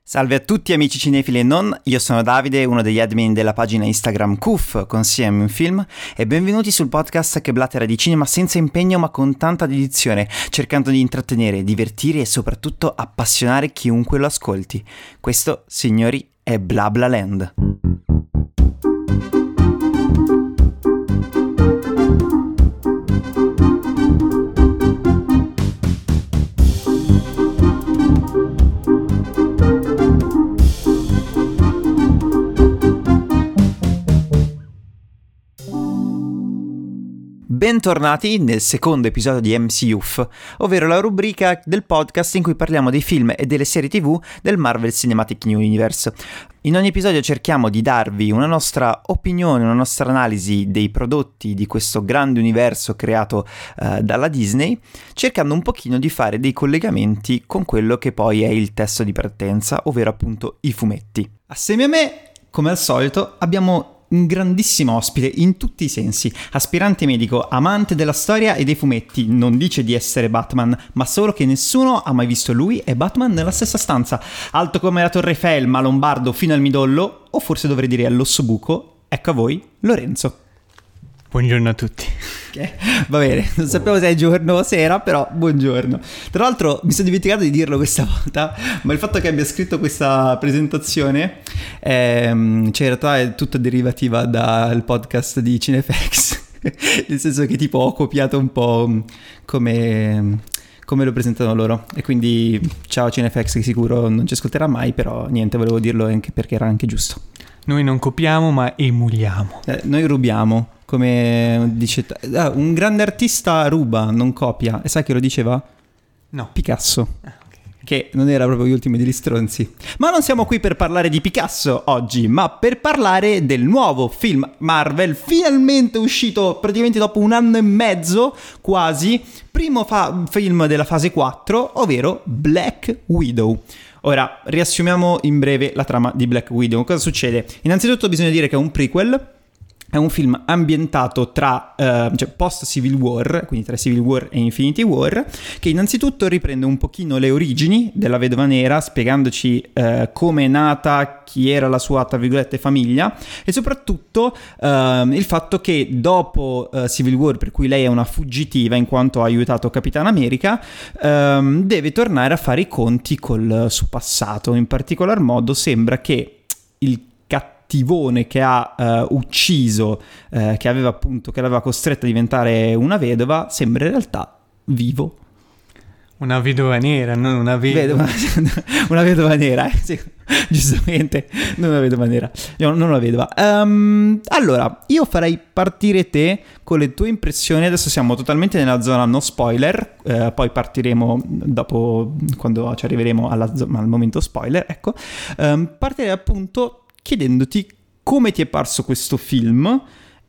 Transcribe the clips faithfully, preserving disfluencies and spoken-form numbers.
Salve a tutti amici cinefili e non, io sono Davide, uno degli admin della pagina Instagram C U F, consigliami un film, e benvenuti sul podcast che blattera di cinema senza impegno ma con tanta dedizione, cercando di intrattenere, divertire e soprattutto appassionare chiunque lo ascolti. Questo, signori, è BlaBlaLand. Bentornati nel secondo episodio di M C U F, ovvero la rubrica del podcast in cui parliamo dei film e delle serie tivù del Marvel Cinematic Universe. In ogni episodio cerchiamo di darvi una nostra opinione, una nostra analisi dei prodotti di questo grande universo creato uh, dalla Disney, cercando un pochino di fare dei collegamenti con quello che poi è il testo di partenza, ovvero appunto i fumetti. Assieme a me, come al solito, abbiamo un grandissimo ospite in tutti i sensi, aspirante medico, amante della storia e dei fumetti, non dice di essere Batman, ma solo che nessuno ha mai visto lui e Batman nella stessa stanza, alto come la Torre Eiffel ma lombardo fino al midollo, o forse dovrei dire all'ossobuco. Ecco a voi Lorenzo. Buongiorno a tutti. Okay. Va bene, non sapevo se è giorno o sera, però buongiorno. Tra l'altro mi sono dimenticato di dirlo questa volta, ma il fatto che abbia scritto questa presentazione ehm, cioè in realtà è tutta derivativa dal podcast di Cinefx, nel senso che tipo ho copiato un po' come... come lo presentano loro, e quindi ciao Cinefx, che sicuro non ci ascolterà mai, però niente, volevo dirlo anche perché era anche giusto. Noi non copiamo ma emuliamo. Eh, noi rubiamo, come dice ah, un grande artista ruba, non copia. E sai chi lo diceva? No. Picasso. Ah, okay. Che non era proprio gli ultimi degli stronzi. Ma non siamo qui per parlare di Picasso oggi, ma per parlare del nuovo film Marvel finalmente uscito praticamente dopo un anno e mezzo quasi, primo fa- film della fase quattro, ovvero Black Widow. Ora, riassumiamo in breve la trama di Black Widow. Cosa succede? Innanzitutto bisogna dire che è un prequel, è un film ambientato tra, uh, cioè post Civil War, quindi tra Civil War e Infinity War, che innanzitutto riprende un pochino le origini della Vedova Nera, spiegandoci uh, come è nata, chi era la sua, tra virgolette, famiglia, e soprattutto uh, il fatto che dopo uh, Civil War, per cui lei è una fuggitiva in quanto ha aiutato Capitan America, um, deve tornare a fare i conti col suo passato. In particolar modo sembra che il cattivone che ha uh, ucciso, uh, che aveva appunto, che l'aveva costretta a diventare una vedova, sembra in realtà vivo. Una vedova nera, non una vedova. vedova una vedova nera, eh, sì, giustamente, non una vedova nera, no, non una vedova. Um, allora, io farei partire te con le tue impressioni. Adesso siamo totalmente nella zona no spoiler, eh, poi partiremo dopo, quando ci arriveremo alla, al momento spoiler, ecco. Um, partirei appunto chiedendoti come ti è parso questo film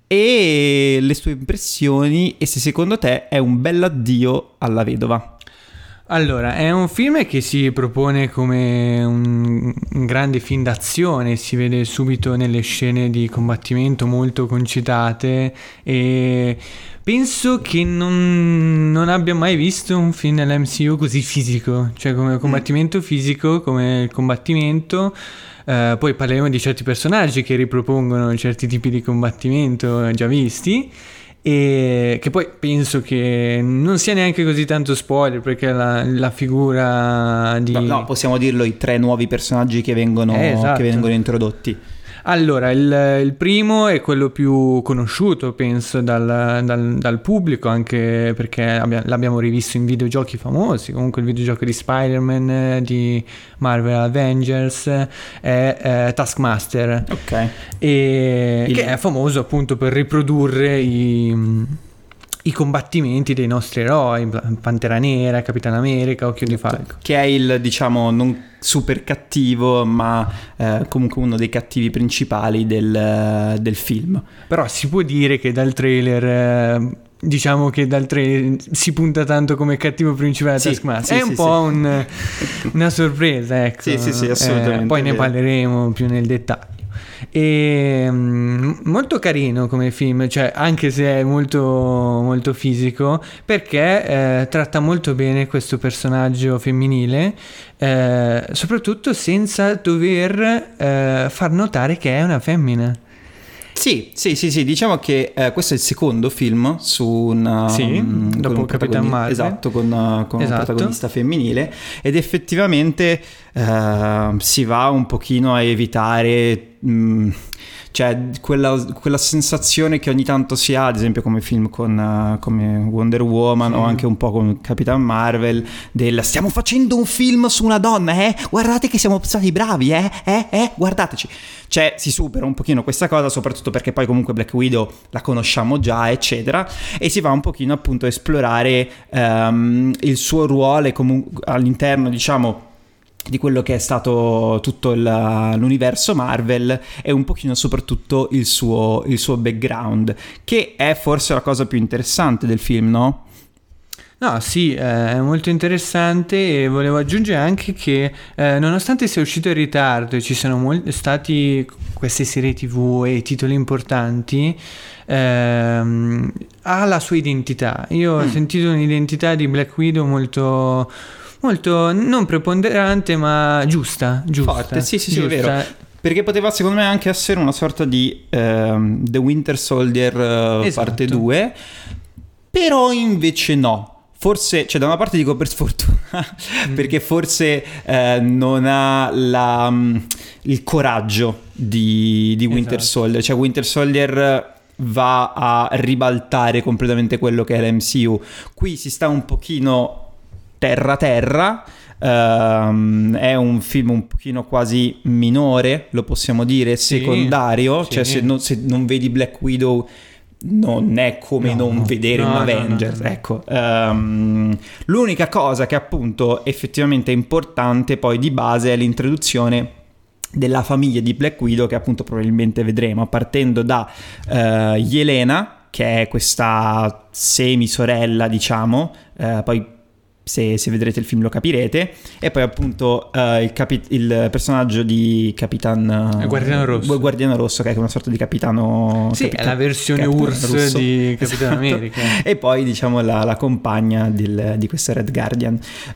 e le tue impressioni, e se secondo te è un bell'addio alla vedova. Allora, è un film che si propone come un, un grande film d'azione, si vede subito nelle scene di combattimento molto concitate, e penso che non, non abbia mai visto un film nell'M C U così fisico, cioè come combattimento fisico, come il combattimento. Uh, poi parleremo di certi personaggi che ripropongono certi tipi di combattimento già visti, e che poi penso che non sia neanche così tanto spoiler, perché la, la figura di... No, no, possiamo dirlo, i tre nuovi personaggi che vengono, eh, esatto. che vengono introdotti. Allora, il, il primo è quello più conosciuto, penso, dal, dal, dal pubblico, anche perché abbia, l'abbiamo rivisto in videogiochi famosi. Comunque il videogioco di Spider-Man, di Marvel Avengers, è eh, Taskmaster. Ok. E il... che è famoso appunto per riprodurre i... i combattimenti dei nostri eroi, Pantera Nera, Capitan America, Occhio di Falco. Che è il, diciamo, non super cattivo, ma eh, comunque uno dei cattivi principali del, del film. Però si può dire che dal trailer... Eh, diciamo che dal trailer si punta tanto come cattivo principale sì, Taskmaster. sì, è un sì, po' sì. un, una sorpresa, ecco. Sì, sì, sì, assolutamente. Eh, poi ne parleremo più nel dettaglio. E mm, molto carino come film, cioè anche se è molto, molto fisico, perché eh, tratta molto bene questo personaggio femminile, eh, soprattutto senza dover eh, far notare che è una femmina. Sì, sì, sì, sì, diciamo che eh, questo è il secondo film su una, Sì, um, dopo con un Capitan protagoni- Marvel. esatto, con, uh, con Esatto. un protagonista femminile, ed effettivamente uh, si va un pochino a evitare mh, cioè quella, quella sensazione che ogni tanto si ha, ad esempio come film con uh, come Wonder Woman, sì, o anche un po' con Capitan Marvel, del stiamo facendo un film su una donna, eh? Guardate che siamo stati bravi, eh? Eh? Eh? Guardateci. Cioè si supera un pochino questa cosa, soprattutto perché poi comunque Black Widow la conosciamo già, eccetera, e si va un pochino appunto a esplorare um, il suo ruolo comunque all'interno, diciamo, di quello che è stato tutto il, l'universo Marvel, e un pochino soprattutto il suo, il suo background, che è forse la cosa più interessante del film, no? No, sì, eh, è molto interessante, e volevo aggiungere anche che eh, nonostante sia uscito in ritardo e ci sono mol- stati queste serie tv e titoli importanti, ehm, ha la sua identità. Io mm. ho sentito un'identità di Black Widow molto, molto non preponderante, ma giusta, giusta. Forte, sì, sì, giusta. Sì, è vero. Perché poteva secondo me anche essere una sorta di uh, The Winter Soldier uh, esatto. parte due, però invece no. Forse, cioè da una parte dico per sfortuna, mm. perché forse eh, non ha la, il coraggio di, di Winter esatto. Soldier. Cioè Winter Soldier va a ribaltare completamente quello che è l'M C U. Qui si sta un pochino terra terra. Um, è un film un pochino quasi minore, lo possiamo dire, sì, secondario. Sì. Cioè se non, se non vedi Black Widow non è come no, non vedere no, un Avengers, no, no, no. Ecco, um, l'unica cosa che appunto effettivamente è importante poi di base è l'introduzione della famiglia di Black Widow, che appunto probabilmente vedremo, partendo da uh, Yelena, che è questa semi sorella, diciamo, uh, poi Se, se vedrete il film lo capirete, e poi appunto uh, il, capi- il personaggio di Capitan uh, Guardiano Rosso Guardiano Rosso, che è una sorta di capitano, sì, capitan- è la versione Captain U R S Russo. di Capitan esatto. America, e poi diciamo la, la compagna del, di questa Red Guardian.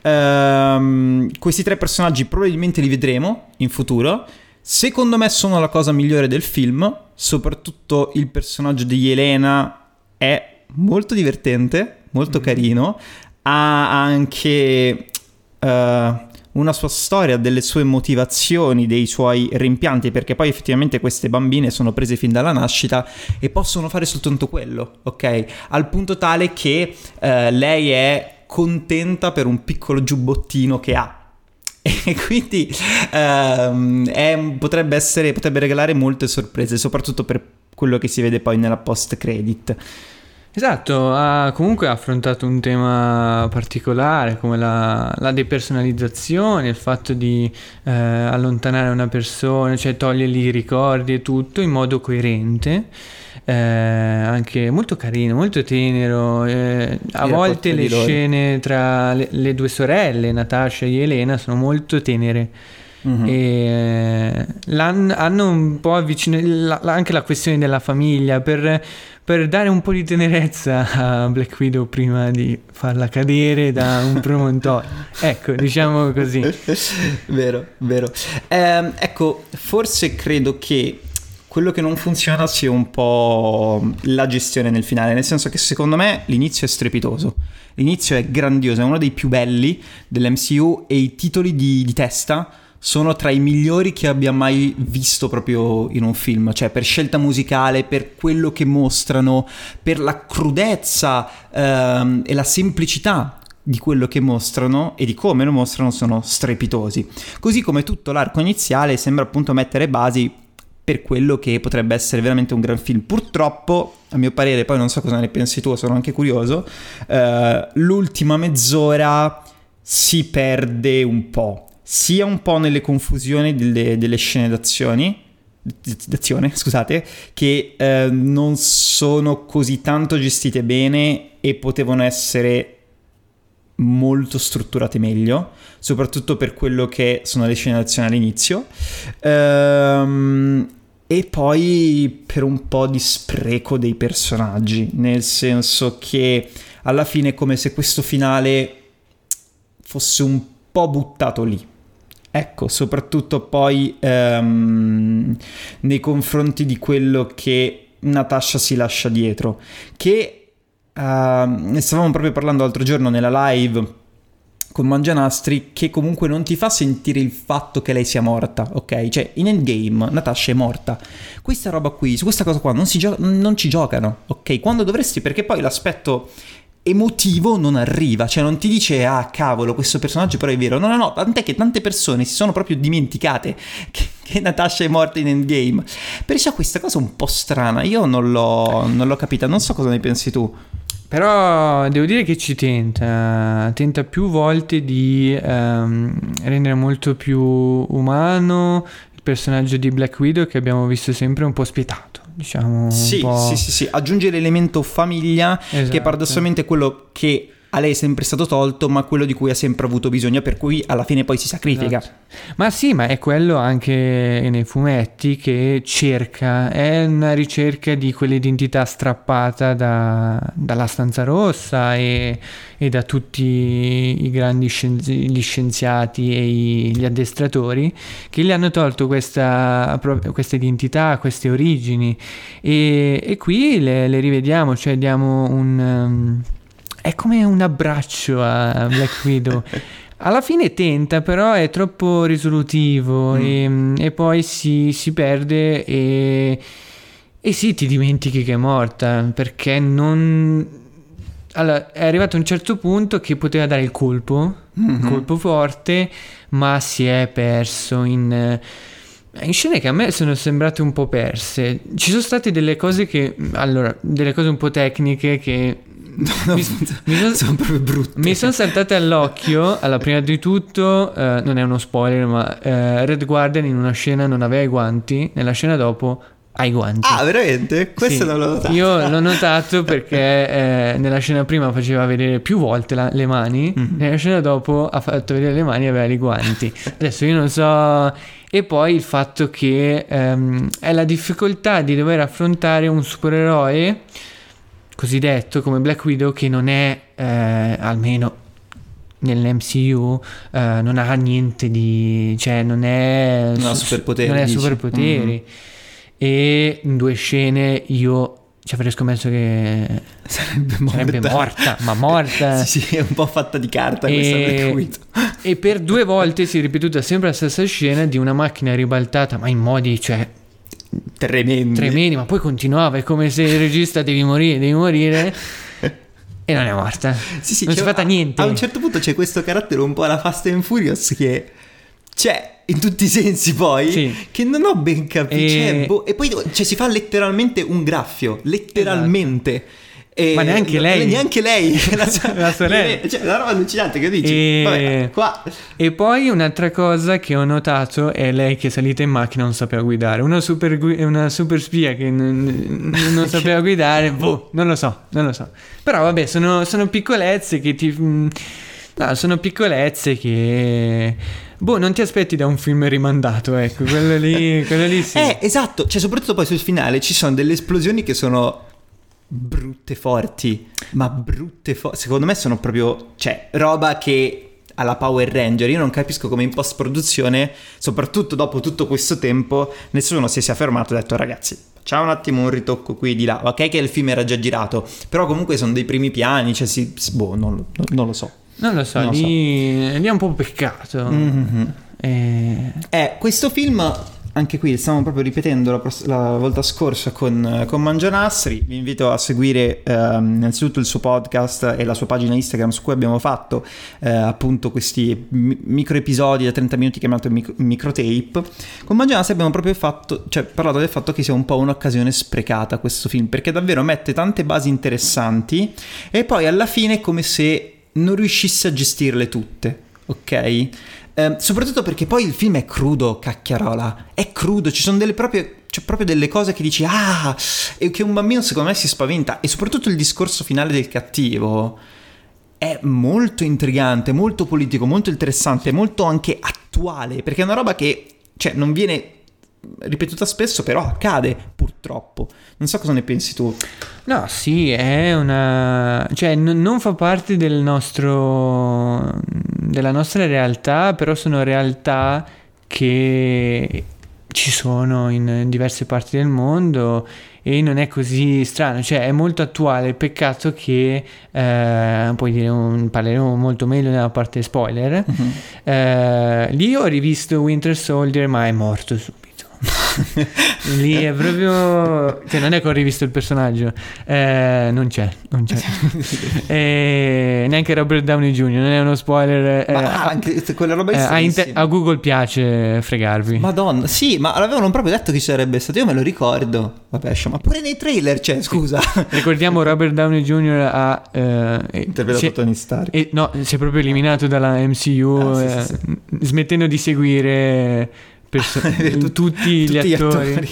Um, questi tre personaggi probabilmente li vedremo in futuro. Secondo me sono la cosa migliore del film, soprattutto il personaggio di Yelena è molto divertente, molto mm-hmm. carino. Ha anche uh, una sua storia, delle sue motivazioni, dei suoi rimpianti, perché poi effettivamente queste bambine sono prese fin dalla nascita e possono fare soltanto quello, ok? Al punto tale che uh, lei è contenta per un piccolo giubbottino che ha. E quindi um, è, potrebbe essere, potrebbe regalare molte sorprese, soprattutto per quello che si vede poi nella post credit. Esatto, ha comunque affrontato un tema particolare come la, la depersonalizzazione, il fatto di eh, allontanare una persona, cioè togliergli i ricordi e tutto in modo coerente, eh, anche molto carino, molto tenero. Eh, a volte le scene tra le, le due sorelle, Natasha e Elena, sono molto tenere. Mm-hmm. E hanno un po' avvicinato anche la questione della famiglia per, per dare un po' di tenerezza a Black Widow prima di farla cadere da un promontorio. Ecco, diciamo così. Vero, vero. Eh, ecco, forse credo che quello che non funziona sia un po' la gestione nel finale, nel senso che secondo me l'inizio è strepitoso, l'inizio è grandioso, è uno dei più belli dell'M C U, e i titoli di, di testa sono tra i migliori che abbia mai visto proprio in un film, cioè per scelta musicale, per quello che mostrano, per la crudezza ehm, e la semplicità di quello che mostrano e di come lo mostrano, sono strepitosi. Così come tutto l'arco iniziale sembra appunto mettere basi per quello che potrebbe essere veramente un gran film. Purtroppo, a mio parere, poi non so cosa ne pensi tu, sono anche curioso, eh, l'ultima mezz'ora si perde un po'. Sia un po' nelle confusioni delle, delle scene d'azioni, d'azione, scusate, che eh, non sono così tanto gestite bene e potevano essere molto strutturate meglio, soprattutto per quello che sono le scene d'azione all'inizio. Ehm, e poi per un po' di spreco dei personaggi, nel senso che alla fine è come se questo finale fosse un po' buttato lì. Ecco, soprattutto poi ehm, nei confronti di quello che Natasha si lascia dietro, che uh, ne stavamo proprio parlando l'altro giorno nella live con Mangianastri, che comunque non ti fa sentire il fatto che lei sia morta, ok? Cioè, in Endgame Natasha è morta. Questa roba qui, su questa cosa qua non, si gio- non ci giocano, ok? Quando dovresti, perché poi l'aspetto emotivo non arriva, cioè non ti dice ah cavolo questo personaggio però è vero, no no no, tant'è che tante persone si sono proprio dimenticate che, che Natasha è morta in Endgame, perciò questa cosa un po' strana, io non l'ho, non l'ho capita, non so cosa ne pensi tu. Però devo dire che ci tenta, tenta più volte di ehm, rendere molto più umano il personaggio di Black Widow, che abbiamo visto sempre un po' spietato, diciamo. Sì, un po'... sì, sì, sì, aggiunge l'elemento famiglia, esatto, che paradossalmente è quello che a lei è sempre stato tolto, ma quello di cui ha sempre avuto bisogno, per cui alla fine poi si sacrifica. Esatto. Ma sì, ma è quello anche nei fumetti che cerca, è una ricerca di quell'identità strappata da, dalla stanza rossa e, e da tutti i grandi scienzi, gli scienziati e i, gli addestratori che gli hanno tolto questa, questa identità, queste origini, e, e qui le, le rivediamo, cioè diamo un... Um, è come un abbraccio a Black Widow. Alla fine tenta, però è troppo risolutivo mm. e, e poi si, si perde e, e sì, ti dimentichi che è morta, perché non... Allora, è arrivato a un certo punto che poteva dare il colpo, mm-hmm. il colpo forte, ma si è perso in... in scene che a me sono sembrate un po' perse. Ci sono state delle cose che... Allora, delle cose un po' tecniche che... No, no, mi, mi son, sono proprio brutte. Mi sono saltate all'occhio. Allora, prima di tutto, eh, non è uno spoiler, ma eh, Red Guardian in una scena non aveva i guanti, nella scena dopo ha i guanti. Ah, veramente? Questo sì, non l'ho notato. Io l'ho notato perché eh, nella scena prima faceva vedere più volte la, le mani, mm-hmm. nella scena dopo ha fatto vedere le mani e aveva i guanti. Adesso io non so... E poi il fatto che ehm, è la difficoltà di dover affrontare un supereroe cosiddetto come Black Widow, che non è eh, almeno nell'M C U eh, non ha niente di, cioè non è non ha superpoteri, non è dici. superpoteri mm-hmm. E in due scene io ci avrei scommesso che sarebbe morta, sarebbe morta ma morta sì, sì, è un po' fatta di carta questa Black Widow. E per due volte si è ripetuta sempre la stessa scena di una macchina ribaltata, ma in modi, cioè tremendi. tremendi, ma poi continuava, è come se il regista devi morire, devi morire e non è morta. Sì, sì, non si è fatta niente. A un certo punto c'è questo carattere un po' alla Fast and Furious che c'è in tutti i sensi poi, sì. che non ho ben capito. E... Cioè, boh, e poi cioè, si fa letteralmente un graffio, letteralmente. Esatto. E ma neanche lei neanche lei la, la sorella, cioè la roba allucinante che dici e... Vabbè, qua. E poi un'altra cosa che ho notato è lei che è salita in macchina non sapeva guidare, una super, una super spia che non, non sapeva guidare, boh, non lo so non lo so però vabbè, sono, sono piccolezze che ti no, sono piccolezze che boh, non ti aspetti da un film rimandato, ecco, quello lì quello lì sì. Eh, esatto, cioè soprattutto poi sul finale ci sono delle esplosioni che sono brutte forti, ma brutte forti, secondo me sono proprio, cioè, roba che alla Power Ranger, io non capisco come in post produzione, soprattutto dopo tutto questo tempo, nessuno si sia fermato e ha detto ragazzi facciamo un attimo un ritocco qui di là, ok che il film era già girato, però comunque sono dei primi piani, cioè si, boh, non, non lo so non lo so, non lì, so. lì è un po' peccato. Mm-hmm. E... eh, questo film anche qui stiamo proprio ripetendo la, la volta scorsa con, con Mangianastri. Vi invito a seguire eh, innanzitutto il suo podcast e la sua pagina Instagram su cui abbiamo fatto eh, appunto questi mi- micro episodi da trenta minuti chiamato mic- microtape. Con Mangianastri abbiamo proprio fatto, cioè, parlato del fatto che sia un po' un'occasione sprecata questo film, perché davvero mette tante basi interessanti e poi alla fine è come se non riuscisse a gestirle tutte, ok? Eh, soprattutto perché poi il film è crudo, cacchiarola, è crudo, ci sono delle proprie, cioè proprio delle cose che dici ah, e che un bambino secondo me si spaventa, e soprattutto il discorso finale del cattivo è molto intrigante, molto politico, molto interessante, molto anche attuale, perché è una roba che, cioè, non viene ripetuta spesso, però accade purtroppo. Non so cosa ne pensi tu. No, sì, è una... cioè n- non fa parte del nostro... della nostra realtà, però sono realtà che ci sono in diverse parti del mondo e non è così strano, cioè è molto attuale. Peccato che eh, puoi dire un, parleremo molto meglio nella parte spoiler. Uh-huh. Eh, lì ho rivisto Winter Soldier, ma è morto subito. Lì è proprio, cioè non è che ho rivisto il personaggio, eh, non c'è, non c'è. E neanche Robert Downey junior, non è uno spoiler. Ma eh, anche quella roba eh, a, inter- a Google piace fregarvi. Madonna, sì, ma l'avevano proprio detto chi sarebbe stato, io me lo ricordo. Vabbè, ma pure nei trailer c'è, scusa. Ricordiamo Robert Downey junior ha eh, interpretato Tony Stark. E, no, si è proprio eliminato dalla M C U, ah, sì, eh, sì, sì. smettendo di seguire Perso- tutti, tutti gli attori, attori.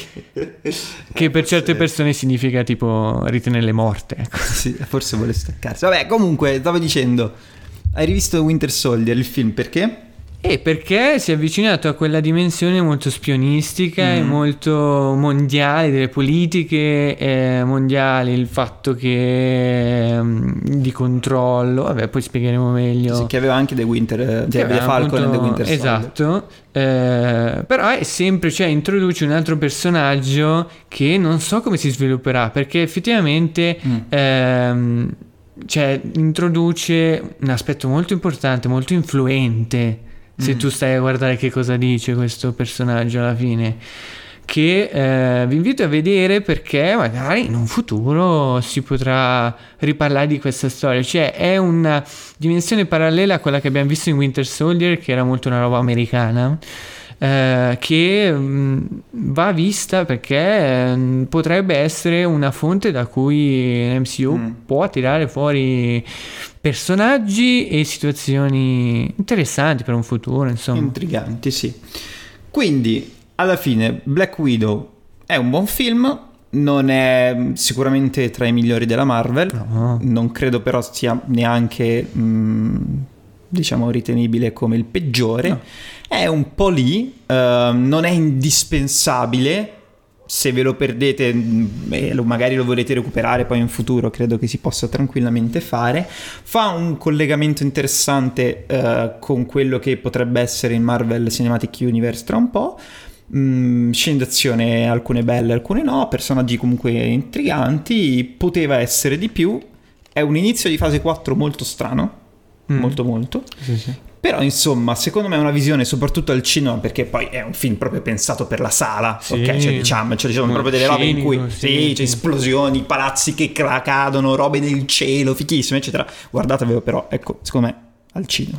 Che per certe persone significa tipo ritenerle morte, ecco. Sì, forse vuole staccarsi. Vabbè, comunque stavo dicendo, hai rivisto Winter Soldier, il film, perché? E perché si è avvicinato a quella dimensione molto spionistica mm. e molto mondiale, delle politiche eh, mondiali, il fatto che um, di controllo, vabbè, poi spiegheremo meglio. Sì, che aveva anche The Winter, cioè The Falcon e The Winter Soldier. Esatto, eh, però è sempre, cioè introduce un altro personaggio che non so come si svilupperà, perché effettivamente mm. ehm, cioè introduce un aspetto molto importante, molto influente. Se mm. tu stai a guardare che cosa dice questo personaggio alla fine, che eh, vi invito a vedere, perché magari in un futuro si potrà riparlare di questa storia. Cioè è una dimensione parallela a quella che abbiamo visto in Winter Soldier, che era molto una roba americana, eh, che mh, va vista perché mh, potrebbe essere una fonte da cui l'M C U mm. può tirare fuori personaggi e situazioni interessanti per un futuro, insomma. Intriganti, sì. Quindi, alla fine, Black Widow è un buon film, non è sicuramente tra i migliori della Marvel, no. Non credo però sia neanche, mh, diciamo, ritenibile come il peggiore. No. È un po' lì, uh, non è indispensabile. Se ve lo perdete e magari lo volete recuperare poi in futuro, credo che si possa tranquillamente fare. Fa un collegamento interessante uh, con quello che potrebbe essere il Marvel Cinematic Universe tra un po'. Mm, scene d'azione, alcune belle, alcune no, personaggi comunque intriganti, poteva essere di più. È un inizio di fase quattro molto strano, mm. molto molto. Sì, sì. Però insomma, secondo me è una visione soprattutto al cinema, perché poi è un film proprio pensato per la sala, sì. Ok? Cioè diciamo, cioè, ci sono proprio delle robe in cui sì, sì, c'è esplosioni, palazzi che cadono, robe nel cielo, fichissime, eccetera. Guardatevelo però, ecco, secondo me al cinema.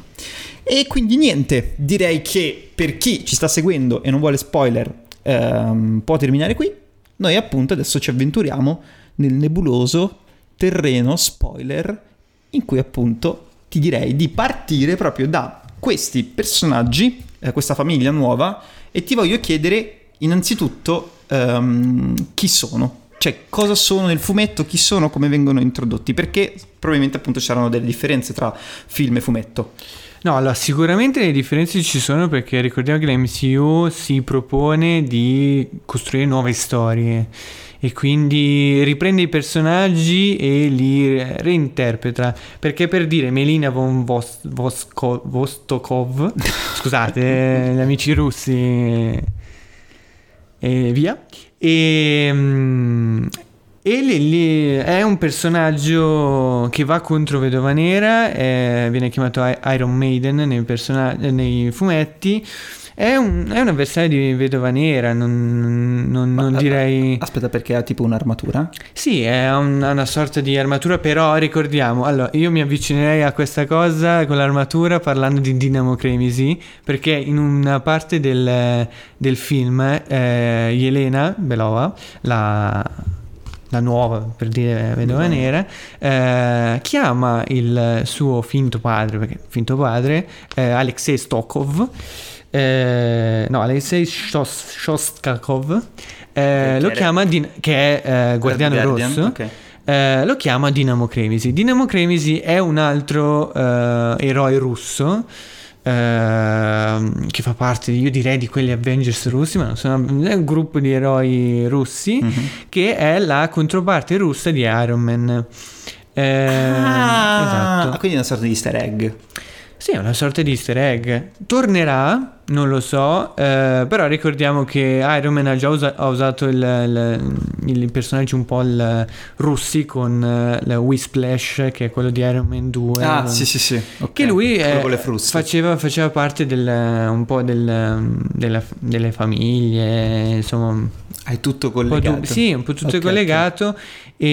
E quindi niente, direi che per chi ci sta seguendo e non vuole spoiler, ehm, può terminare qui. Noi appunto adesso ci avventuriamo nel nebuloso terreno spoiler, in cui appunto ti direi di partire proprio da questi personaggi, eh, questa famiglia nuova, e ti voglio chiedere innanzitutto um, chi sono, cioè cosa sono nel fumetto, chi sono, come vengono introdotti, perché probabilmente appunto c'erano delle differenze tra film e fumetto. No, allora sicuramente le differenze ci sono, perché ricordiamo che l'M C U si propone di costruire nuove storie e quindi riprende i personaggi e li reinterpreta, perché per dire Melina von Vos- Vosko- Vostokov scusate gli amici russi e via, e, e lì, lì è un personaggio che va contro Vedova Nera, è, viene chiamato Iron Maiden nei, person- nei fumetti. È un, è un avversario di Vedova Nera, non, non, non direi... Aspetta, perché ha tipo un'armatura? Sì, è un, una sorta di armatura, però ricordiamo, allora io mi avvicinerei a questa cosa con l'armatura parlando di Dinamo Cremisi, perché in una parte del, del film eh, Yelena Belova, la... la nuova, per dire Vedova Nera, eh, chiama il suo finto padre, perché finto padre, eh, Alexei Stokov, eh, no, Alexei Shostakov, eh, lo chiama, din- che è eh, Guardiano Rosso, okay. eh, lo chiama Dinamo Cremisi. Dinamo Cremisi è un altro eh, eroe russo, Uh, che fa parte, io direi, di quelli Avengers russi, ma non sono, è un gruppo di eroi russi, mm-hmm. che è la controparte russa di Iron Man. Uh, ah, esatto. Quindi è una sorta di easter egg. Sì, è una sorta di easter egg. Tornerà, non lo so, eh, però ricordiamo che Iron Man ha già usa- ha usato il, il, il personaggio un po' il, russi con uh, la Whisplash, che è quello di Iron Man due. Ah, sì, sì, sì. Okay. Che lui eh, faceva, faceva parte del, un po' del, della, delle famiglie, insomma. È tutto collegato. Un sì, un po' tutto okay, collegato. Okay.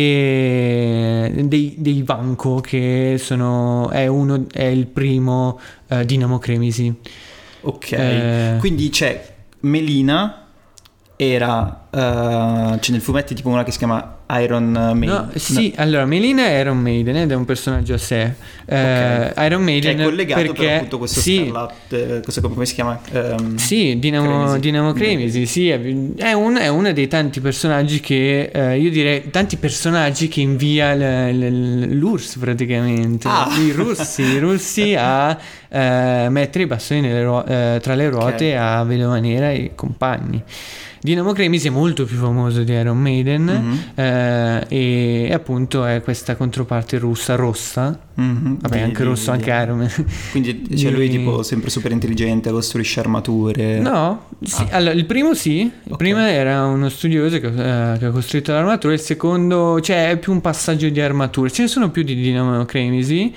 E dei, dei Vanko, che sono è uno è il primo uh, Dinamo Cremisi. Ok, eh, quindi c'è Melina, era uh, c'è nel fumetto tipo una che si chiama Iron Maiden. No, sì, no. Allora Melina è Iron Maiden ed è un personaggio a sé. Okay. Uh, Iron Maiden che è collegato perché per appunto questo sì, Scarlet, questo come si chiama? Um, sì, Dinamo Cremisi, Dinamo Cremisi sì, è, è, un, è uno dei tanti personaggi che uh, io direi tanti personaggi che invia l, l, l'U R S S praticamente, ah. i russi, i russi a uh, mettere i bastoni nelle ruo- uh, tra le ruote, okay. a Vedova Nera e compagni. Dinamo Cremisi è molto più famoso di Iron Maiden, mm-hmm. eh, e, e appunto è questa controparte russa rossa, mm-hmm. vabbè di, anche di, rosso di, anche Iron Man. Quindi c'è cioè lui tipo sempre super intelligente, costruisce armature. No, sì, ah. allora il primo sì, il okay. primo era uno studioso che, eh, che ha costruito l'armatura, il secondo cioè è più un passaggio di armature, ce ne sono più di Dinamo Cremisi,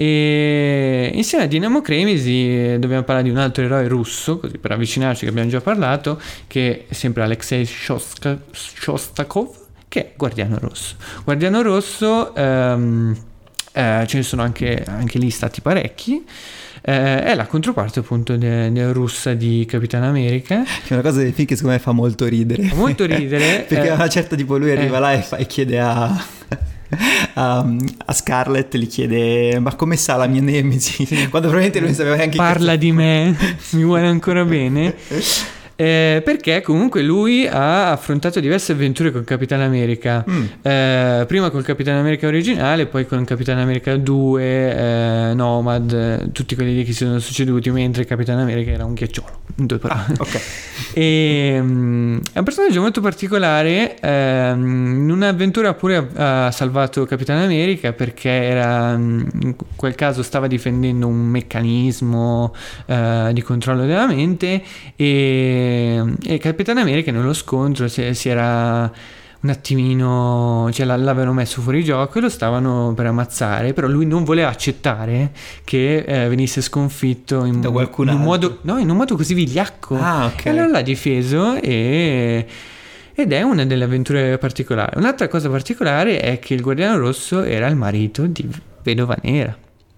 e insieme a Dinamo Cremisi dobbiamo parlare di un altro eroe russo, così per avvicinarci, che abbiamo già parlato, che è sempre Alexei Shoska, Shostakov, che è Guardiano Rosso. Guardiano Rosso, ehm, eh, ce ne sono anche, anche lì stati parecchi. Eh, è la controparte appunto de, de russa di Capitan America, che è una cosa del film che secondo me fa molto ridere, fa molto ridere perché eh, a una certa tipo lui arriva eh, là e, fa, e chiede a a, a Scarlett, gli chiede ma come sa la mia nemesi, sì. quando probabilmente lui non sapeva neanche parla di me, mi vuole ancora bene. Eh, perché comunque lui ha affrontato diverse avventure con Capitan America, mm. eh, prima col Capitan America originale, poi con Capitan America due, eh, Nomad, eh, tutti quelli lì che si sono succeduti, mentre Capitan America era un ghiacciolo, in due parole. Ah, okay. E, um, è un personaggio molto particolare. Um, in un'avventura pure ha, ha salvato Capitan America perché era, um, in quel caso stava difendendo un meccanismo uh, di controllo della mente, e e Capitan America nello scontro si, si era un attimino, cioè l'avevano messo fuori gioco e lo stavano per ammazzare, però lui non voleva accettare che eh, venisse sconfitto in, da qualcun in un altro. modo no in un modo così vigliacco. Ah, ok. E allora l'ha difeso, e ed è una delle avventure particolari. Un'altra cosa particolare è che il Guardiano Rosso era il marito di Vedova Nera.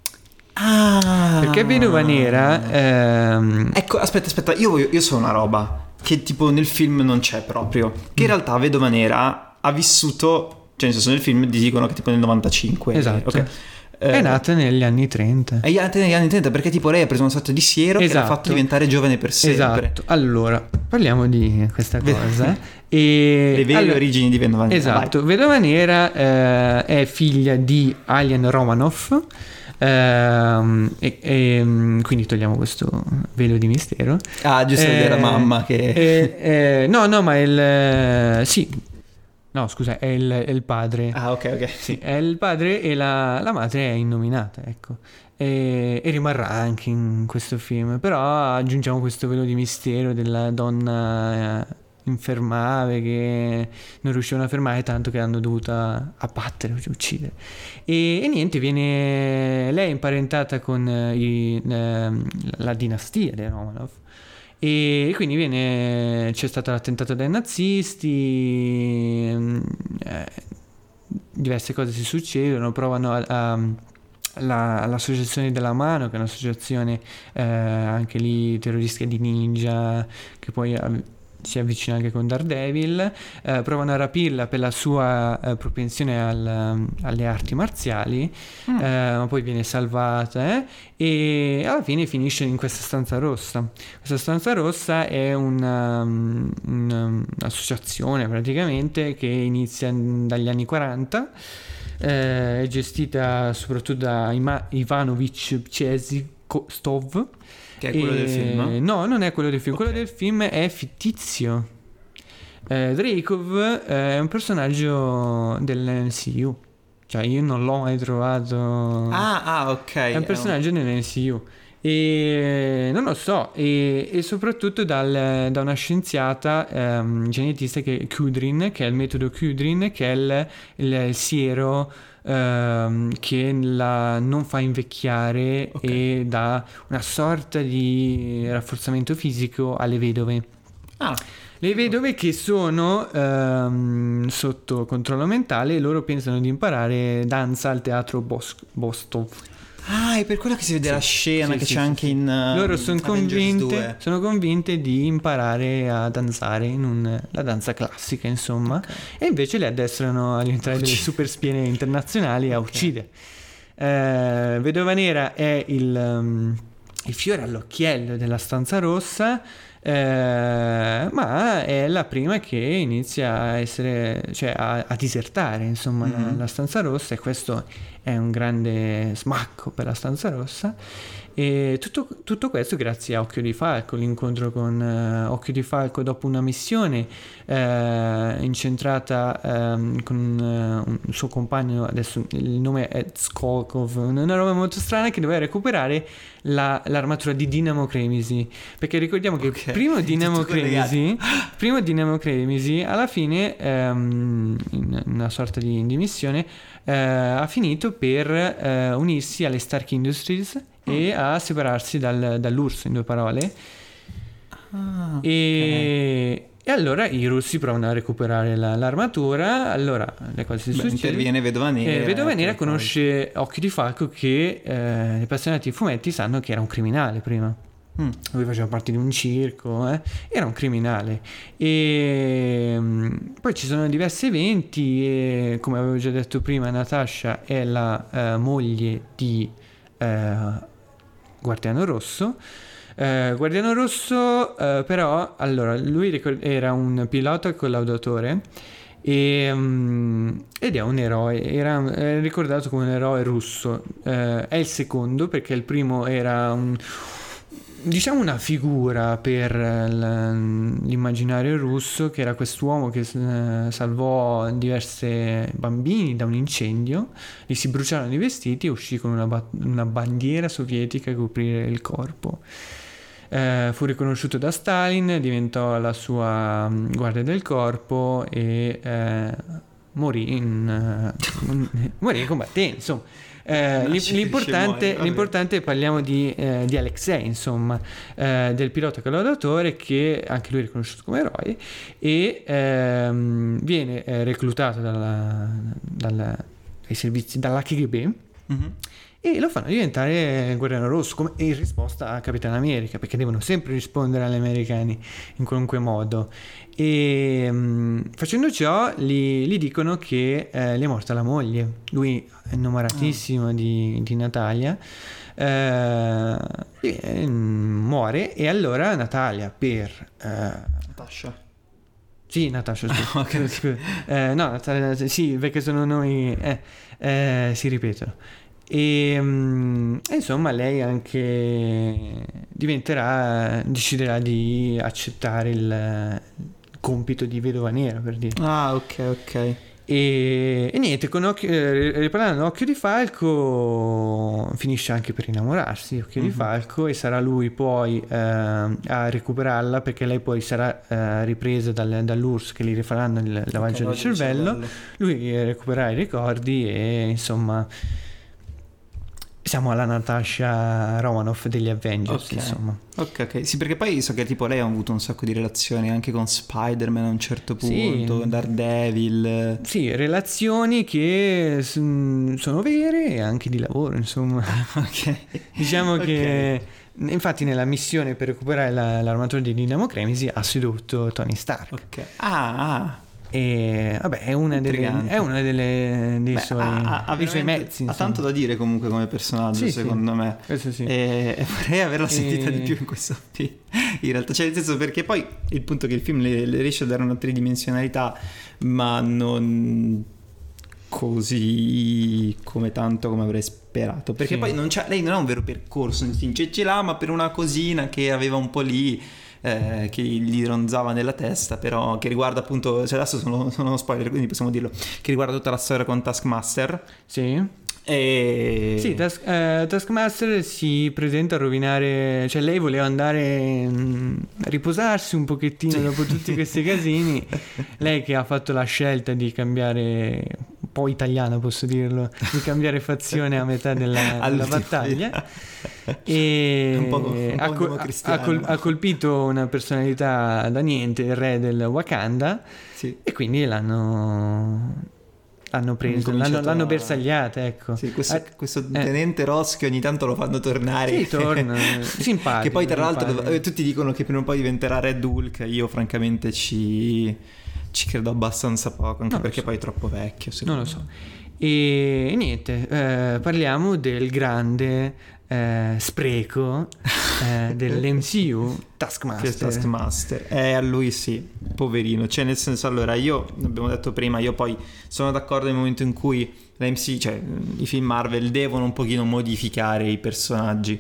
Ah, perché Vedova Nera ehm... ecco, aspetta aspetta io, io so una roba che tipo nel film non c'è proprio, che in realtà Vedova Nera ha vissuto, cioè nel senso nel film dicono che tipo nel novantacinque, esatto, okay. È eh, nata negli anni trenta. È nata negli anni trenta perché tipo lei ha preso una sorta di siero, esatto, che l'ha fatto diventare giovane per sempre. Esatto. Allora, parliamo di questa cosa. E le vere allora, origini di Vedova Nera. Esatto, vai. Vedova Nera eh, è figlia di Alien Romanov. Uh, e, e quindi togliamo questo velo di mistero. Ah, giusto, eh, della mamma che eh, eh, no no ma il sì no scusa è il, è il padre. Ah, ok, ok, sì, è il padre, e la, la madre è innominata, ecco, e, e rimarrà anche in questo film, però aggiungiamo questo velo di mistero della donna eh, infermabile che non riuscivano a fermare, tanto che hanno dovuto abbattere, cioè uccidere. E, e niente, viene lei è imparentata con i, eh, la dinastia dei Romanov, e quindi viene c'è stato l'attentato dai nazisti, eh, diverse cose si succedono, provano a, a La, l'associazione della mano, che è un'associazione eh, anche lì terroristica di ninja, che poi si avvicina anche con Daredevil, eh, provano a rapirla per la sua eh, propensione al, alle arti marziali, mm. eh, ma poi viene salvata eh, e alla fine finisce in questa stanza rossa. Questa stanza rossa è una, um, una, un'associazione praticamente che inizia dagli anni quaranta, eh, è gestita soprattutto da Ima- Ivanovic Pchesi, Stove. Che è quello e... del film? No, non è quello del film. Okay. Quello del film è fittizio. Eh, Dreykov è un personaggio dell'M C U. Cioè, io non l'ho mai trovato. Ah, ah, ok. È un personaggio nell'M C U. E non lo so, e, e soprattutto dal, da una scienziata ehm, genetista che è Kudrin, che è il metodo Kudrin, che è il, il siero ehm, che la non fa invecchiare, okay, e dà una sorta di rafforzamento fisico alle vedove. Ah. Le vedove che sono ehm, sotto controllo mentale, e loro pensano di imparare danza al teatro Bos- Bostov. Ah, è per quello che si vede, sì, la scena, sì, che sì, c'è, sì, anche sì, in uh, loro sono convinte, sono convinte di imparare a danzare in un, la danza classica, insomma, okay, e invece le addestrano a diventare Uccide. delle super spiene internazionali, a okay. uccidere. Eh, Vedova Nera è il, um, il fiore all'occhiello della stanza rossa, eh, ma è la prima che inizia a essere, cioè a, a disertare, insomma, mm-hmm. la, la stanza rossa, e questo è un grande smacco per la stanza rossa. E tutto, tutto questo grazie a Occhio di Falco, l'incontro con uh, Occhio di Falco dopo una missione uh, incentrata um, con uh, un suo compagno, adesso il nome è Skolkov, una roba molto strana, che doveva recuperare la, l'armatura di Dinamo Cremisi, perché ricordiamo che okay. primo Dinamo Cremisi primo Dinamo Cremisi alla fine um, in una sorta di, di missione uh, ha finito per uh, unirsi alle Stark Industries e a separarsi dal, dall'U R S S, in due parole. Ah, okay. e, e allora i russi provano a recuperare la, l'armatura. Allora le cose si succedono. Interviene Vedova Nera. Eh, Vedova Nera conosce Occhio di Falco, che eh, gli appassionati di fumetti sanno che era un criminale prima. Mm. Lui faceva parte di un circo, eh? Era un criminale. E um, poi ci sono diversi eventi. E, come avevo già detto prima, Natasha è la uh, moglie di uh, Guardiano Rosso. Uh, Guardiano Rosso uh, però allora lui ricord- era un pilota e collaudatore e, um, ed è un eroe, era è ricordato come un eroe russo. Uh, è il secondo, perché il primo era un, diciamo, una figura per l'immaginario russo, che era quest'uomo che uh, salvò diversi bambini da un incendio, gli si bruciarono i vestiti e uscì con una, ba- una bandiera sovietica a coprire il corpo. Uh, fu riconosciuto da Stalin, diventò la sua um, guardia del corpo e uh, morì in uh, morì in combattente, insomma. Eh, l'importante, l'importante parliamo di, eh, di Alexei, insomma, eh, del pilota collaudatore, che anche lui è riconosciuto come eroe e ehm, viene eh, reclutato dalla, dalla, dai servizi, dalla K G B, mm-hmm. e lo fanno diventare Guardiano Rosso, come in risposta a Capitan America, perché devono sempre rispondere agli americani in qualunque modo. E mh, facendo ciò gli, gli dicono che eh, gli è morta la moglie. Lui è innamoratissimo oh. di, di Natalia, eh, e, mh, muore, e allora Natalia per eh, Natasha sì, Natasha, scusa. Okay. Scusa. Eh, no, Natalia, sì, perché sono noi eh, eh, si ripetono. E, um, e insomma lei anche diventerà, deciderà di accettare il, il compito di Vedova Nera, per dire. Ah, ok, ok. E, e niente, con occhio, eh, riparlando Occhio di Falco, finisce anche per innamorarsi di Occhio mm-hmm. di Falco, e sarà lui poi eh, a recuperarla, perché lei poi sarà eh, ripresa dal, dall'U R S S, che gli rifaranno il lavaggio del cervello. cervello. Lui recupererà i ricordi e insomma siamo alla Natasha Romanoff degli Avengers, okay. insomma. Ok, ok. Sì, perché poi so che tipo lei ha avuto un sacco di relazioni anche con Spider-Man a un certo punto, sì. Daredevil. Sì, relazioni che s- sono vere e anche di lavoro, insomma. Ok. Diciamo okay. che infatti nella missione per recuperare la, l'armatura di Dinamo Cremisi ha sedotto Tony Stark. Ok. Ah, ah. E vabbè, è una delle, è una delle dei, Beh, suoi, ha, ha dei suoi mezzi. Ha tanto da dire comunque come personaggio, sì, secondo sì. me. Questo sì. E, e vorrei averla sentita e... di più in questo film. In realtà, cioè, nel senso, perché poi il punto è che il film le, le riesce a dare una tridimensionalità, ma non così come tanto come avrei sperato. esasperato, perché Sì. poi non c'ha, lei non ha un vero percorso, c'è ce l'ha, ma per una cosina che aveva un po' lì, eh, che gli ronzava nella testa, però che riguarda appunto, cioè adesso sono, sono spoiler, quindi possiamo dirlo, che riguarda tutta la storia con Taskmaster. Sì. E... Sì, Task, eh, Taskmaster si presenta a rovinare, cioè lei voleva andare mh, a riposarsi un pochettino Sì. dopo tutti questi casini, lei che ha fatto la scelta di cambiare, un po' italiana posso dirlo, di cambiare fazione a metà della, della battaglia, e un po', un po' ha, un col- democristiano. ha col- ha colpito una personalità da niente, il re del Wakanda, Sì. e quindi l'hanno... L'hanno preso, Hanno l'hanno, l'hanno a- bersagliata, ecco. Sì, questo, Eh, questo eh. tenente Ross che ogni tanto lo fanno tornare. Sì, torna, simpatico. Che poi tra l'altro simpatico. eh, tutti dicono che prima o poi diventerà Red Hulk. Io francamente ci, ci credo abbastanza poco, anche Non lo perché so. poi è troppo vecchio. Non lo secondo so. E niente, eh, parliamo del grande eh, spreco eh, dell'M C U, me. Che è Taskmaster. Taskmaster. Eh, a lui sì, poverino. Cioè, nel senso, allora, io, abbiamo detto prima, io poi sono d'accordo nel momento in cui l'M C U, cioè i film Marvel devono un pochino modificare i personaggi.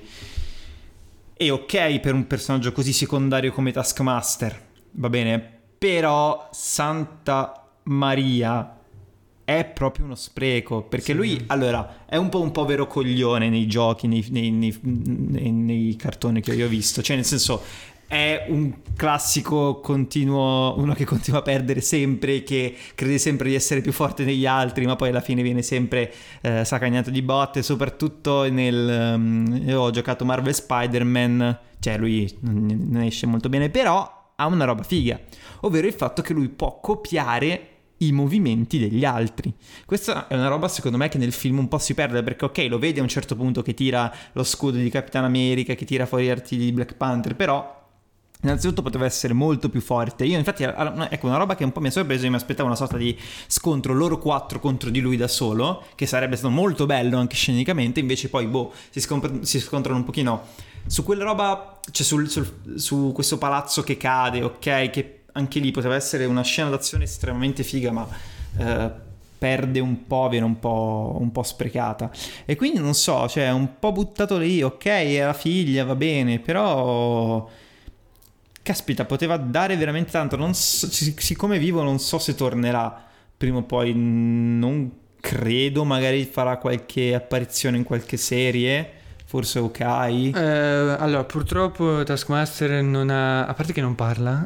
E ok per un personaggio così secondario come Taskmaster, va bene, però Santa Maria è proprio uno spreco, perché Sì. lui, allora, è un po' un povero coglione nei giochi, nei, nei, nei, nei, nei cartoni che io ho visto, cioè nel senso è un classico continuo, uno che continua a perdere sempre, che crede sempre di essere più forte degli altri, ma poi alla fine viene sempre eh, sacagnato di botte, soprattutto nel... Um, io ho giocato Marvel Spider-Man, cioè lui non ne esce molto bene, però ha una roba figa, ovvero il fatto che lui può copiare i movimenti degli altri. Questa è una roba secondo me che nel film un po' si perde, perché ok, lo vedi a un certo punto che tira lo scudo di Capitan America, che tira fuori gli artigli di Black Panther, però innanzitutto poteva essere molto più forte. Io infatti, ecco, una roba che un po' mi ha sorpreso, io mi aspettavo una sorta di scontro loro quattro contro di lui da solo, che sarebbe stato molto bello anche scenicamente, invece poi boh, si, scomp- si scontrano un pochino su quella roba, cioè sul, sul, su questo palazzo che cade, ok, che anche lì poteva essere una scena d'azione estremamente figa, ma eh, perde un po', viene un po', un po' sprecata. E quindi non so, cioè un po' buttato lì, ok, è la figlia, va bene, però caspita, poteva dare veramente tanto. Non so, sic- siccome vivo non so se tornerà prima o poi, non credo, magari farà qualche apparizione in qualche serie, forse ok. Eh, allora, purtroppo Taskmaster non ha, a parte che non parla,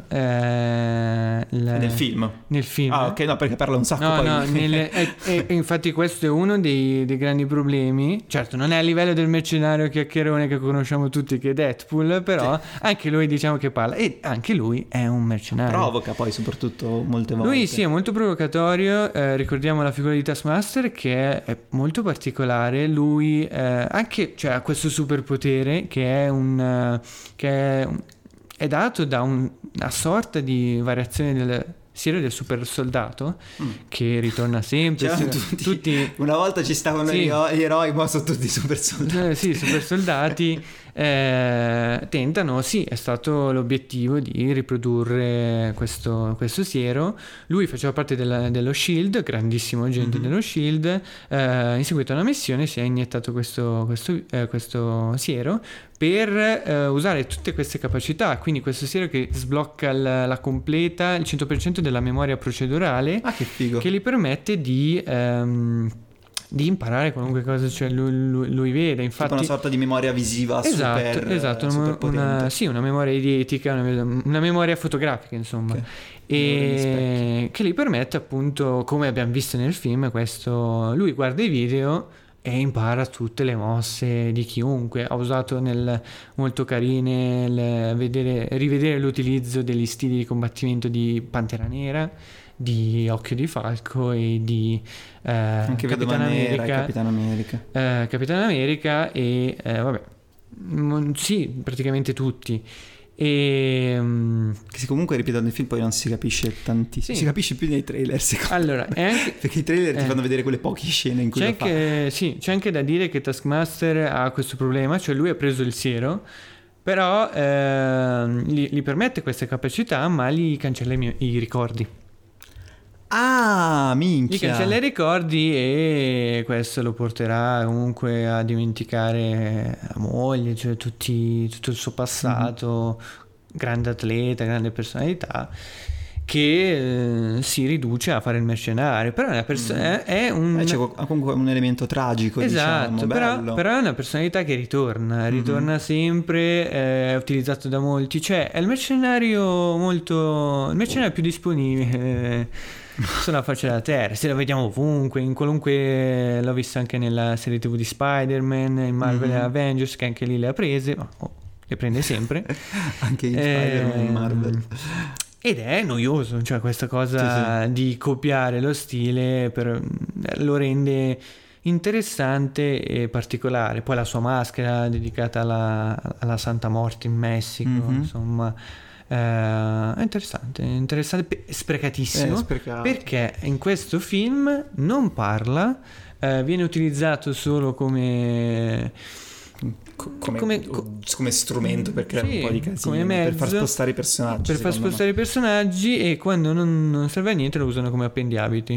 eh, il- Nel film. nel film. Ah, ok, no, perché parla un sacco No, poi. no, nelle- e, e- e infatti questo è uno dei, dei grandi problemi. Certo, non è a livello del mercenario chiacchierone che conosciamo tutti, che è Deadpool, però Sì. anche lui diciamo che parla, e anche lui è un mercenario. Provoca poi soprattutto molte volte. Lui sì, è molto provocatorio, eh, ricordiamo la figura di Taskmaster che è, è molto particolare, lui eh, anche, cioè, ha questo superpotere che è un eh, che è, un- è dato da un- una sorta di variazione del siero del super soldato Mm. che ritorna sempre, C'erano sì, tutti, tutti una volta ci stavano Sì. gli, gli eroi, ma sono tutti super soldati. eh, sì, super soldati eh, tentano, sì, è stato l'obiettivo di riprodurre questo, questo siero. Lui faceva parte della- dello Shield, grandissimo agente Mhm. dello Shield, eh, in seguito a una missione si è iniettato questo, questo, eh, questo siero per eh, usare tutte queste capacità, quindi questo siero che sblocca la, la completa, il cento per cento della memoria procedurale, Ah, che figo. che gli permette di, ehm, di imparare qualunque cosa, cioè lui, lui- lui vede, infatti... Tipo una sorta di memoria visiva Esatto, super, esatto, super una, potente. una- sì, una memoria idiotica, una, una memoria fotografica, insomma, Ok. Memoria di e che gli permette appunto, come abbiamo visto nel film, questo, lui guarda i video e impara tutte le mosse di chiunque. Ha usato nel, molto carine il vedere, rivedere l'utilizzo degli stili di combattimento di Pantera Nera, di Occhio di Falco e di eh, Anche Vedova Capitan Nera e America, Capitan America. eh, Capitan America e eh, vabbè, mm, sì, praticamente tutti. E mm, Che sì, comunque ripeto, nel film poi non si capisce tantissimo. Sì. Si capisce più nei trailer, secondo allora, è anche, me. Perché i trailer ti eh. fanno vedere quelle poche scene in cui c'è lo fa. anche, sì, c'è anche da dire che Taskmaster ha questo problema, cioè lui ha preso il siero, però ehm, gli, gli permette queste capacità, ma gli cancella i, mie- i ricordi. Ah, minchia. Gli cancella i ricordi e questo lo porterà comunque a dimenticare la moglie, cioè tutti, tutto il suo passato, mm-hmm. grande atleta, grande personalità, che eh, si riduce a fare il mercenario. Però è una persona mm. è un eh, c'è comunque un elemento tragico, esatto, diciamo, però, bello. però è una personalità che ritorna ritorna mm-hmm. sempre, è utilizzato da molti, cioè è il mercenario molto il mercenario più disponibile sulla faccia della terra, se lo vediamo ovunque, in qualunque, l'ho visto anche nella serie tv di Spider-Man, in Marvel mm-hmm. Avengers, che anche lì le ha prese, oh, le prende sempre anche in eh, Spider-Man, Marvel. Ed è noioso, cioè questa cosa sì, sì. di copiare lo stile per, lo rende interessante e particolare. Poi la sua maschera dedicata alla, alla Santa Morte in Messico, mm-hmm. insomma, eh, è interessante, interessante, sprecatissimo, perché in questo film non parla, eh, viene utilizzato solo come... Come, come, come strumento per creare sì, un po' di casino, mezzo, per far spostare i personaggi, per far spostare me. i personaggi, e quando non, non serve a niente lo usano come appendiabiti.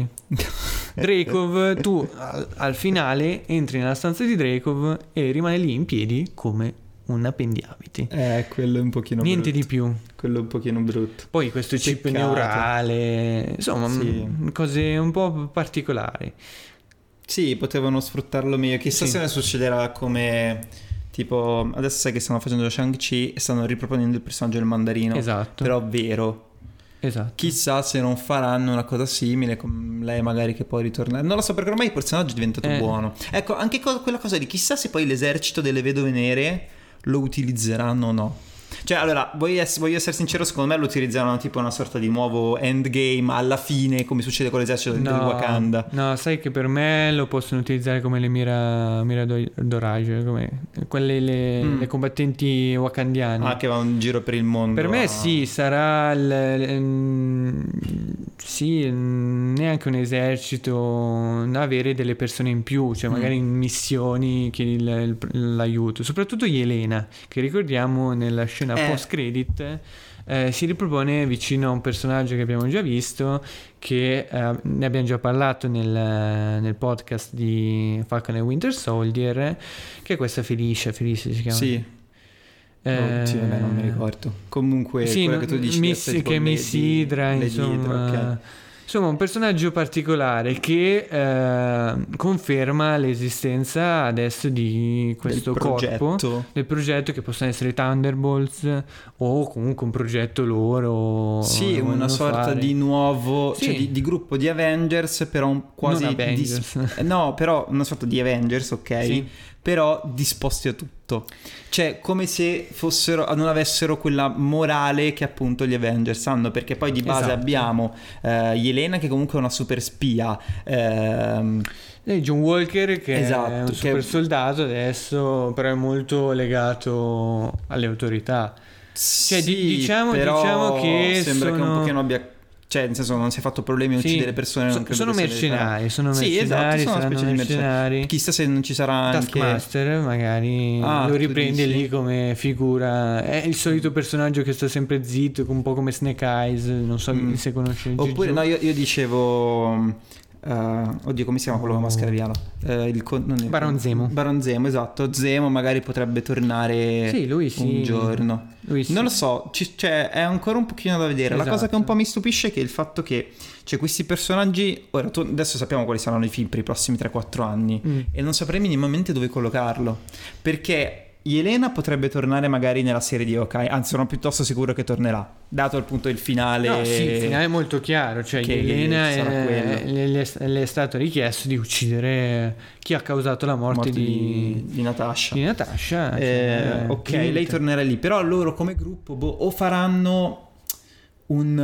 Dreykov, tu al, al finale entri nella stanza di Dreykov e rimane lì in piedi come un appendiabiti. Eh, quello è un pochino niente brutto. di più. Quello è un pochino brutto. Poi questo chip Peccato. neurale, insomma, sì. m- cose un po' particolari. Sì, potevano sfruttarlo meglio. Chissà sì. se ne succederà come... Tipo, adesso sai che stanno facendo Shang-Chi e stanno riproponendo il personaggio del mandarino. Esatto. Però vero. Esatto. Chissà se non faranno una cosa simile con lei magari che poi ritorna. Non lo so, perché ormai il personaggio è diventato eh. buono. Ecco, anche co- quella cosa di chissà se poi l'esercito delle vedove nere lo utilizzeranno o no. Cioè, allora, voglio essere, voglio essere sincero, secondo me lo utilizzeranno tipo una sorta di nuovo endgame alla fine, come succede con l'esercito no, del Wakanda. No, sai che per me lo possono utilizzare come le Mira, Mira Dorage, come quelle le, mm. le combattenti wakandiane. Ah, che vanno in giro per il mondo. Per me ah. sì, sarà il, il, sì, neanche un esercito, avere delle persone in più, cioè magari mm. in missioni chiedi il, il, l'aiuto, soprattutto Yelena, che ricordiamo nella scena eh. post credit eh, si ripropone vicino a un personaggio che abbiamo già visto, che eh, ne abbiamo già parlato nel, nel podcast di Falcon e Winter Soldier, che è questa Felicia Felicia si chiama? Sì. Eh, oh, sì, vabbè, non mi ricordo. Comunque sì, quella che tu dici Miss, che è Miss Hydra, insomma, okay. Insomma, un personaggio particolare che eh, conferma l'esistenza adesso di questo del corpo, progetto. del progetto, che possono essere Thunderbolts o comunque un progetto loro. Sì, una sorta fare. di nuovo, sì. cioè di, di gruppo di Avengers, però un quasi non Avengers. Dis- no, però una sorta di Avengers, ok? Sì. Però disposti a tutto, cioè come se fossero, non avessero quella morale che appunto gli Avengers hanno, perché poi di base esatto. abbiamo uh, Yelena, che comunque è una super spia, ehm, e John Walker che esatto, è un super che... soldato adesso, però è molto legato alle autorità. Cioè sì, diciamo, però diciamo che sembra sono... che un pochino abbia, cioè nel senso non si è fatto problemi a sì, uccidere persone, non so, sono mercenari, sono mercenari, sì, esatto, sono una specie mercenari. di mercenari. Chissà se non ci sarà anche Taskmaster, magari ah, lo riprende lì come figura, è il solito personaggio che sta sempre zitto, un po' come Snake Eyes, non so mm. se conosci. Oppure no, io, io dicevo Uh, oddio, come si chiama quello con la maschera viola? Uh, il con- non è, Baron Zemo. Baron Zemo, esatto. Zemo magari potrebbe tornare sì, lui sì. un giorno. Lui sì. Non lo so, ci, cioè, è ancora un pochino da vedere. Esatto. La cosa che un po' mi stupisce è che il fatto che cioè, questi personaggi, ora tu, adesso sappiamo quali saranno i film per i prossimi tre quattro anni mm. e non saprei minimamente dove collocarlo, perché Yelena potrebbe tornare magari nella serie di Hawkeye, anzi sono piuttosto sicuro che tornerà, dato appunto il finale. No, sì, il finale è molto chiaro, cioè Yelena è, le, le è stato richiesto di uccidere chi ha causato la morte, morte di, di, di Natasha. Di Natasha eh, cioè, ok, lei tornerà lì, però loro come gruppo boh, o faranno un...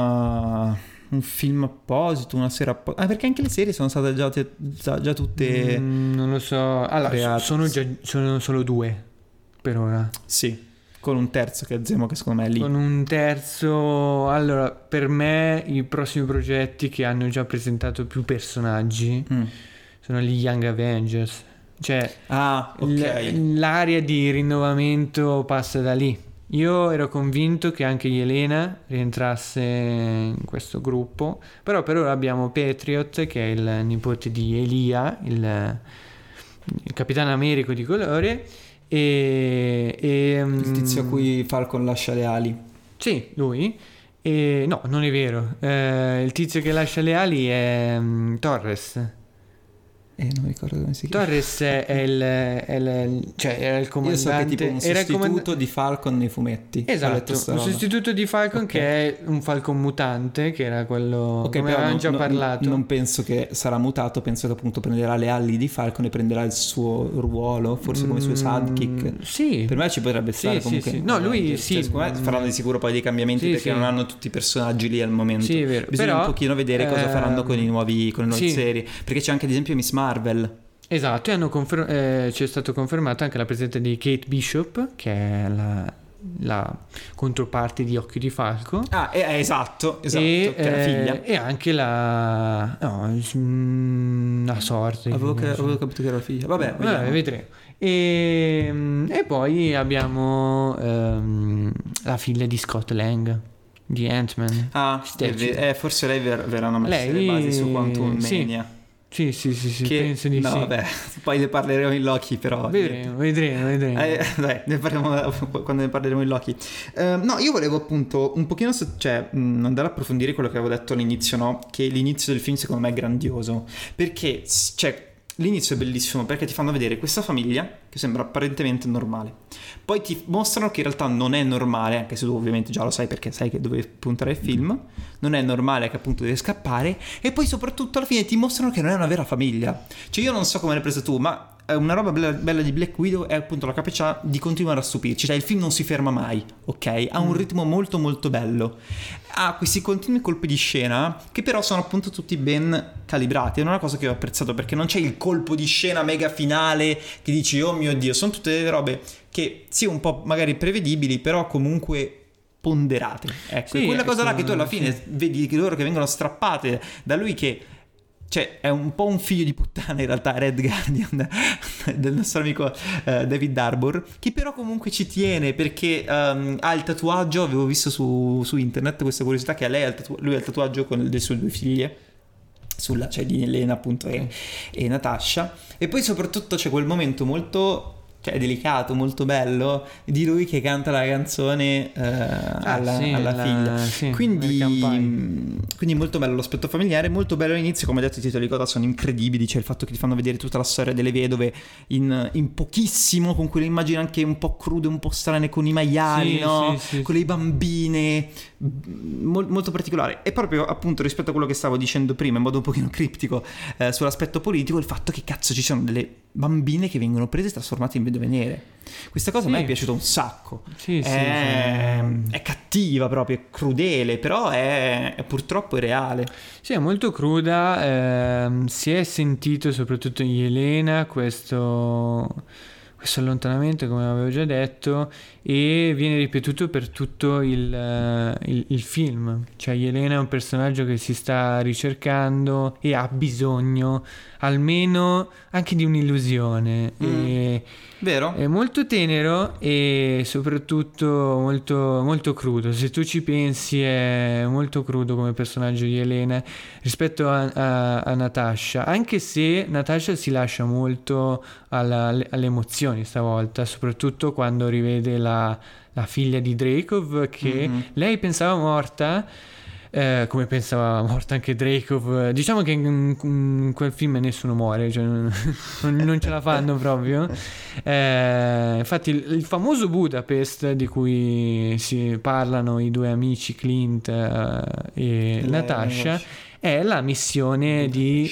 Uh... un film apposito, una serie apposita. Ah, perché anche le serie sono state già, già, già tutte. Mm, non lo so. Allora, sono, già, sono solo due per ora. Sì, con un terzo che è Zemo, che secondo me è lì. Con un terzo. Allora, per me i prossimi progetti che hanno già presentato più personaggi mm. sono gli Young Avengers. Cioè, ah, ok. l- l'area di rinnovamento passa da lì. Io ero convinto che anche Yelena rientrasse in questo gruppo, però per ora abbiamo Patriot, che è il nipote di Elia, il, il capitano Americo di colore, e, e Il tizio a cui Falcon lascia le ali. sì, lui. E, no, non è vero. Eh, il tizio che lascia le ali è um, Torres. Eh, non mi ricordo come si chiama. Torres è il, è il cioè era il comandante. Io so che è tipo un era il sostituto comand- di Falcon nei fumetti. Ho letto Esatto, sta un roba. sostituto di Falcon, Ok. che è un Falcon mutante, che era quello, Ok, come però avevamo non, già non- parlato. non penso che sarà mutato, penso che appunto prenderà le ali di Falcon e prenderà il suo ruolo, forse come suo sidekick. Mm, sì. Per me ci potrebbe Sì, stare sì, comunque. sì. No, lui Cioè, sì. secondo me faranno di sicuro poi dei cambiamenti Sì, perché sì. non hanno tutti i personaggi lì al momento. Sì, è vero. Bisogna Però, un pochino vedere cosa ehm, faranno con i nuovi con le nuove sì. serie. Perché c'è anche ad esempio Miss Marvel. Esatto, e hanno confer- eh, c'è stato confermato anche la presenza di Kate Bishop, che è la, la controparte di Occhio di Falco. Ah, eh, eh, esatto, esatto, e, che è la eh, figlia. e anche la no, mm, una sorta di Avevo, figlia, ca- insomma. avevo capito che era la figlia. Vabbè, Vabbè, vediamo. vedremo. E, mm, e poi abbiamo ehm, la figlia di Scott Lang, di Ant-Man. Ah, Statue. è ve- eh, forse lei ver- verranno messe Lei- le basi su Quantum sì. Mania. Sì, sì, sì, sì, Che, penso di no, sì. vabbè, poi ne parleremo in Loki, però. Vedremo, vedremo, vedremo. Eh, dai, ne parliamo quando ne parleremo in Loki. Eh, no, io volevo appunto un pochino, so- cioè, mh, andare a approfondire quello che avevo detto all'inizio, no? Che l'inizio del film secondo me è grandioso. Perché, s- cioè, l'inizio è bellissimo perché ti fanno vedere questa famiglia che sembra apparentemente normale. Poi ti mostrano che in realtà non è normale, anche se tu ovviamente già lo sai perché sai che dove puntare il film. Non è normale, che appunto deve scappare. E poi soprattutto alla fine ti mostrano che non è una vera famiglia. Cioè io non so come l'hai presa tu, ma una roba bella, bella di Black Widow è appunto la capacità di continuare a stupirci. Cioè il film non si ferma mai, ok? Ha un ritmo molto molto bello. Ha questi continui colpi di scena che però sono appunto tutti ben calibrati. È una cosa che ho apprezzato perché non c'è il colpo di scena mega finale che dici oh mio Dio. Sono tutte delle robe che sì un po' magari prevedibili, però comunque ponderate. Ecco, Sì, e quella cosa là ecco, che tu alla fine sì. vedi che loro che vengono strappate da lui che cioè è un po' un figlio di puttana in realtà, Red Guardian del nostro amico eh, David Harbour, che però comunque ci tiene perché um, ha il tatuaggio. Avevo visto su, su internet questa curiosità che a lei ha il tatu- lui ha il tatuaggio con le sue due figlie sulla, cioè di Elena appunto e, e Natasha. E poi soprattutto c'è quel momento molto cioè delicato, molto bello di lui che canta la canzone eh, alla, sì, alla la- figlia. sì, quindi, American quindi molto bello l'aspetto familiare, molto bello all'inizio, come detto i titoli di coda sono incredibili, cioè il fatto che ti fanno vedere tutta la storia delle vedove in, in pochissimo, con quelle immagini anche un po' crude, un po' strane con i maiali, Sì, no? sì, sì, con le bambine, mol- molto particolare. E proprio appunto rispetto a quello che stavo dicendo prima in modo un pochino criptico eh, sull'aspetto politico, il fatto che cazzo ci sono delle bambine che vengono prese e trasformate in vedove nere. Questa cosa Sì. a me è piaciuta un sacco. Sì, sì, è, sì. è cattiva proprio, è crudele, però è, è purtroppo è reale. Sì, è molto cruda, ehm, si è sentito soprattutto in Yelena questo, questo allontanamento, come avevo già detto, e viene ripetuto per tutto il, eh, il, il film. Cioè Yelena è un personaggio che si sta ricercando e ha bisogno almeno anche di un'illusione. Mm. E, Vero? è molto tenero e soprattutto molto, molto crudo. Se tu ci pensi è molto crudo come personaggio di Elena rispetto a, a, a Natasha, anche se Natasha si lascia molto alla, alle emozioni stavolta, soprattutto quando rivede la, la figlia di Dreykov che Mhm. lei pensava morta. Eh, come pensava morta anche Dreykov. Diciamo che in, in quel film nessuno muore, cioè non, non ce la fanno proprio. Eh, infatti il, il famoso Budapest di cui si parlano i due amici Clint eh, e Lei- Natasha è la missione di,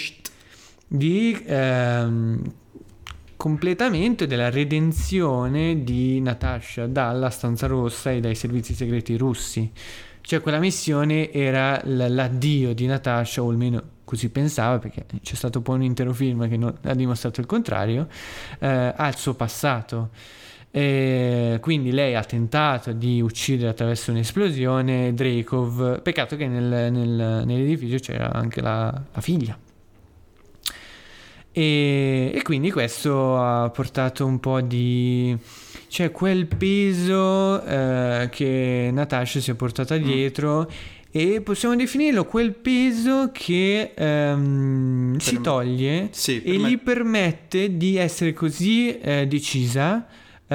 di ehm, completamento della redenzione di Natasha dalla stanza rossa e dai servizi segreti russi. Cioè quella missione era l- l'addio di Natasha, o almeno così pensava, perché c'è stato poi un intero film che non, ha dimostrato il contrario, eh, al suo passato. E quindi lei ha tentato di uccidere attraverso un'esplosione Dreykov, peccato che nel, nel, nell'edificio c'era anche la, la figlia. E, e quindi questo ha portato un po' di, c'è quel peso eh, che Natasha si è portata dietro mm. e possiamo definirlo quel peso che ehm, si toglie sì, e me... gli permette di essere così eh, decisa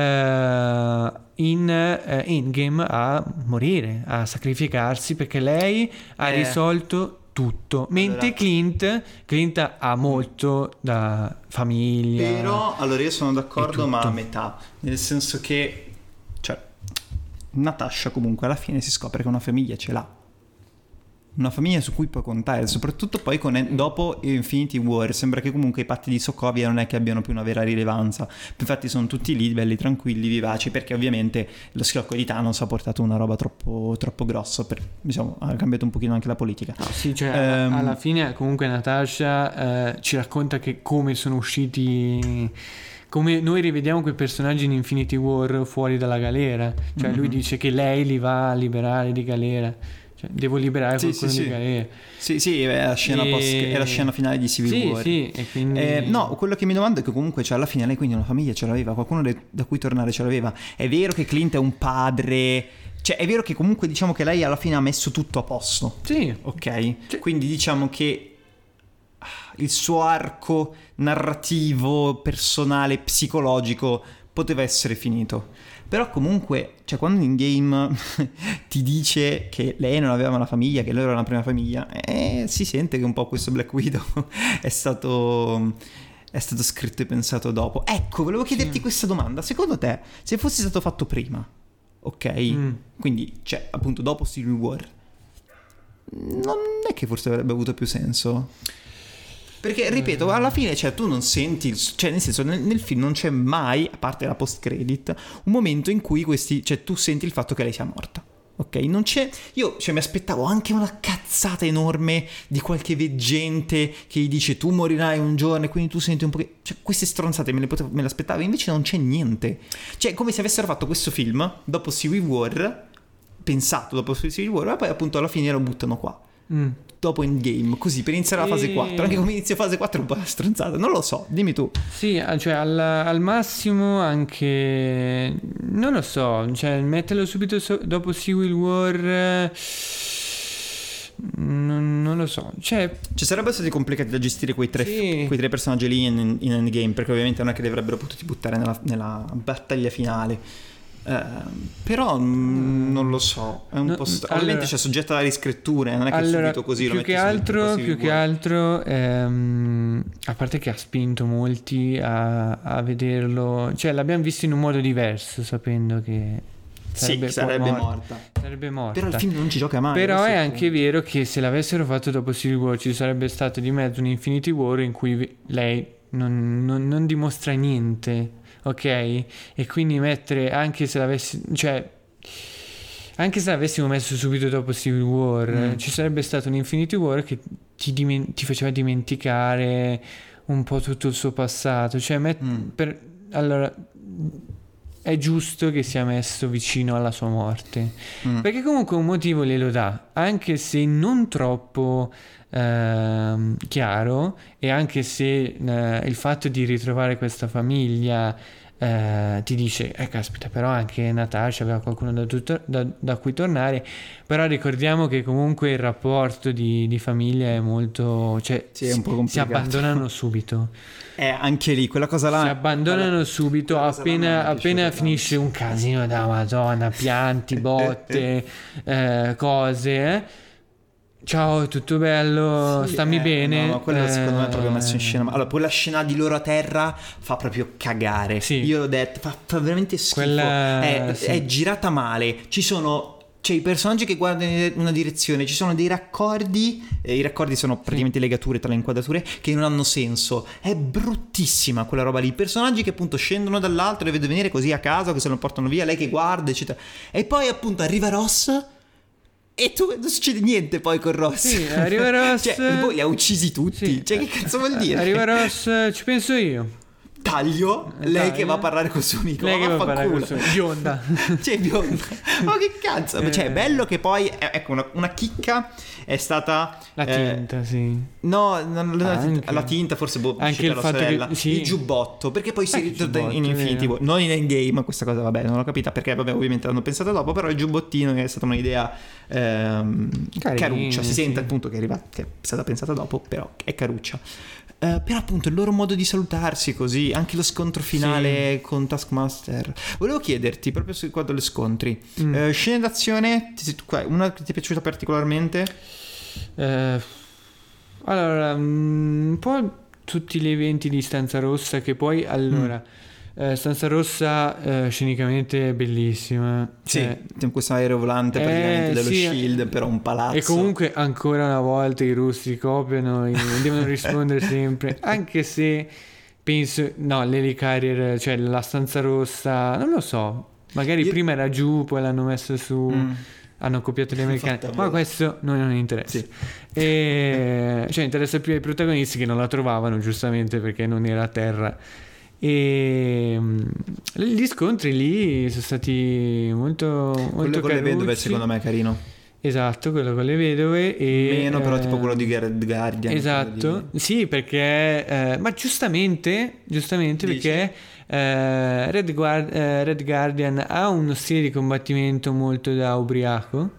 eh, in eh, Endgame a morire, a sacrificarsi, perché lei ha eh. risolto tutto, mentre allora, Clint Clint ha molto da famiglia. Però allora io sono d'accordo, ma a metà, nel senso che cioè Natasha comunque alla fine si scopre che una famiglia ce l'ha, una famiglia su cui puoi contare, soprattutto poi con dopo Infinity War sembra che comunque i patti di Sokovia non è che abbiano più una vera rilevanza, infatti sono tutti lì belli tranquilli, vivaci, perché ovviamente lo schiocco di Thanos ha portato una roba troppo troppo grossa, per, diciamo ha cambiato un pochino anche la politica. No, sì, cioè um, alla fine comunque Natasha eh, ci racconta che come sono usciti, come noi rivediamo quei personaggi in Infinity War fuori dalla galera, cioè mm-hmm. lui dice che lei li va a liberare di galera. Cioè, devo liberare sì, qualcuno sì, di sì. galera. Sì, sì, è la scena, e... post, è la scena finale di Civil sì, War. Sì, e quindi... eh, no, quello che mi domando è che comunque cioè, alla fine lei quindi una famiglia ce l'aveva, qualcuno da cui tornare ce l'aveva. È vero che Clint è un padre, cioè è vero che comunque diciamo che lei alla fine ha messo tutto a posto. Sì. Ok? Sì. Quindi diciamo che il suo arco narrativo, personale, psicologico poteva essere finito. Però comunque, cioè quando in game ti dice che lei non aveva una famiglia, che loro erano la prima famiglia, eh, si sente che un po' questo Black Widow è stato, è stato scritto e pensato dopo. Ecco, volevo chiederti sì. questa domanda. Secondo te, se fosse stato fatto prima, ok? Mm. Quindi, cioè, appunto, dopo Civil War, non è che forse avrebbe avuto più senso? Perché, ripeto, alla fine, cioè, tu non senti, il, cioè, nel senso, nel, nel film non c'è mai, a parte la post-credit, un momento in cui questi, cioè, tu senti il fatto che lei sia morta. Ok? Non c'è, io, cioè, mi aspettavo anche una cazzata enorme di qualche veggente che gli dice tu morirai un giorno e quindi tu senti un po' che, cioè, queste stronzate me le, potevo, me le aspettavo, invece non c'è niente. Cioè, come se avessero fatto questo film dopo Civil War, pensato dopo Civil War, e poi appunto alla fine lo buttano qua. Mm. Dopo Endgame, così per iniziare la fase quattro, anche come inizia fase quattro è un po' stronzata, non lo so, dimmi tu. Sì, cioè al, al massimo anche, non lo so, cioè metterlo subito so, dopo Civil War, non, non lo so, cioè ci sarebbero stati complicati da gestire quei tre, sì. quei tre personaggi lì in, in Endgame, perché ovviamente non è che li avrebbero potuti buttare nella, nella battaglia finale. Uh, però mh, non lo so, è un no, po' st- allora, ovviamente c'è soggetta alla riscritture, non è che allora, subito così più lo che altro più che altro ehm, a parte che ha spinto molti a, a vederlo, cioè l'abbiamo visto in un modo diverso, sapendo che sarebbe, sì, sarebbe morta. morta sarebbe morta, però il film non ci gioca mai. Però è anche punto. vero che se l'avessero fatto dopo Civil War ci sarebbe stato di mezzo un Infinity War in cui lei non, non, non dimostra niente. Ok, e quindi mettere, anche se l'avessi, cioè anche se l'avessimo messo subito dopo Civil War, mm. ci sarebbe stato un Infinity War che ti, diment- ti faceva dimenticare un po' tutto il suo passato, cioè met- mm. per, allora è giusto che sia messo vicino alla sua morte, mm. perché comunque un motivo glielo dà, anche se non troppo Uh, chiaro, e anche se uh, il fatto di ritrovare questa famiglia uh, ti dice eh caspita, però anche Natasha aveva qualcuno da, tutto, da, da cui tornare, però ricordiamo che comunque il rapporto di, di famiglia è molto, cioè sì, è un po' complicato. Si abbandonano subito, eh, anche lì quella cosa là si abbandonano quella, subito quella appena, appena finisce un casino da Madonna, pianti, botte eh, cose eh ciao, tutto bello, sì, stammi eh, bene. No, no, quello eh, secondo me è proprio messo in scena. Allora, poi la scena di loro a terra fa proprio cagare. Sì. Io ho detto, fa, fa veramente schifo. Quella... È, sì. è girata male. Ci sono... C'è i personaggi che guardano in una direzione, ci sono dei raccordi, e i raccordi sono praticamente sì. legature tra le inquadrature che non hanno senso. È bruttissima quella roba lì. I personaggi che appunto scendono dall'alto, le vedo venire così a caso, che se lo portano via, lei che guarda, eccetera. E poi appunto arriva Ross... E tu non succede niente poi con Ross. Sì, arriva Ross. Cioè, voi li ha uccisi tutti. Sì. Cioè, che cazzo vuol dire? Arriva Ross, ci penso io. taglio, lei Taglio. che va a parlare col suo amico. Lei ma che va a parlare vaffanculo. col suo bionda. Cioè, bionda. Ma che cazzo? Eh. Cioè, è bello che poi, eh, ecco, una, una chicca è stata... La eh, tinta, sì. No, non, la, Anche. tinta, la tinta forse boh, Anche uscita il la fatto sorella. che- sì. Il giubbotto, perché poi si Anche il ritorna in giubbotto, è Infinity vero. War. Non in Endgame, questa cosa vabbè, non l'ho capita perché vabbè, ovviamente l'hanno pensata dopo, però il giubbottino è stata un'idea ehm, Carina, caruccia, si sì. sente appunto che è, arrivata, che è stata pensata dopo, però è caruccia. Eh, però appunto il loro modo di salutarsi così, anche lo scontro finale con Taskmaster. Volevo chiederti proprio su riguardo agli scontri, Mm. eh, scene d'azione, ti- qua- una che ti è piaciuta particolarmente? Eh, allora, mm, un po' tutti gli eventi di Stanza Rossa che poi, allora, eh, Stanza Rossa eh, scenicamente è bellissima. Cioè, Sì, questo aereo volante eh, praticamente dello sì, Shield, però un palazzo. E comunque ancora una volta i russi copiano, e devono rispondere sempre, anche se penso, no, l'Helicarrier, cioè la Stanza Rossa, non lo so, magari Io- prima era giù, poi l'hanno messo su... Mm. Hanno copiato gli americani, Fatta ma bene. questo non, non interessa. Sì. E, cioè interessa più ai protagonisti che non la trovavano giustamente perché non era a terra. E mm, gli scontri lì sono stati molto, molto Quello con le vedove carucci. secondo me è carino. Esatto, quello con le vedove e Meno però eh, tipo quello di Guard- Guardian. quello esatto, di- sì, perché eh, ma giustamente, giustamente Dici? perché eh, Red, Guard- eh, Red Guardian ha uno stile di combattimento molto da ubriaco.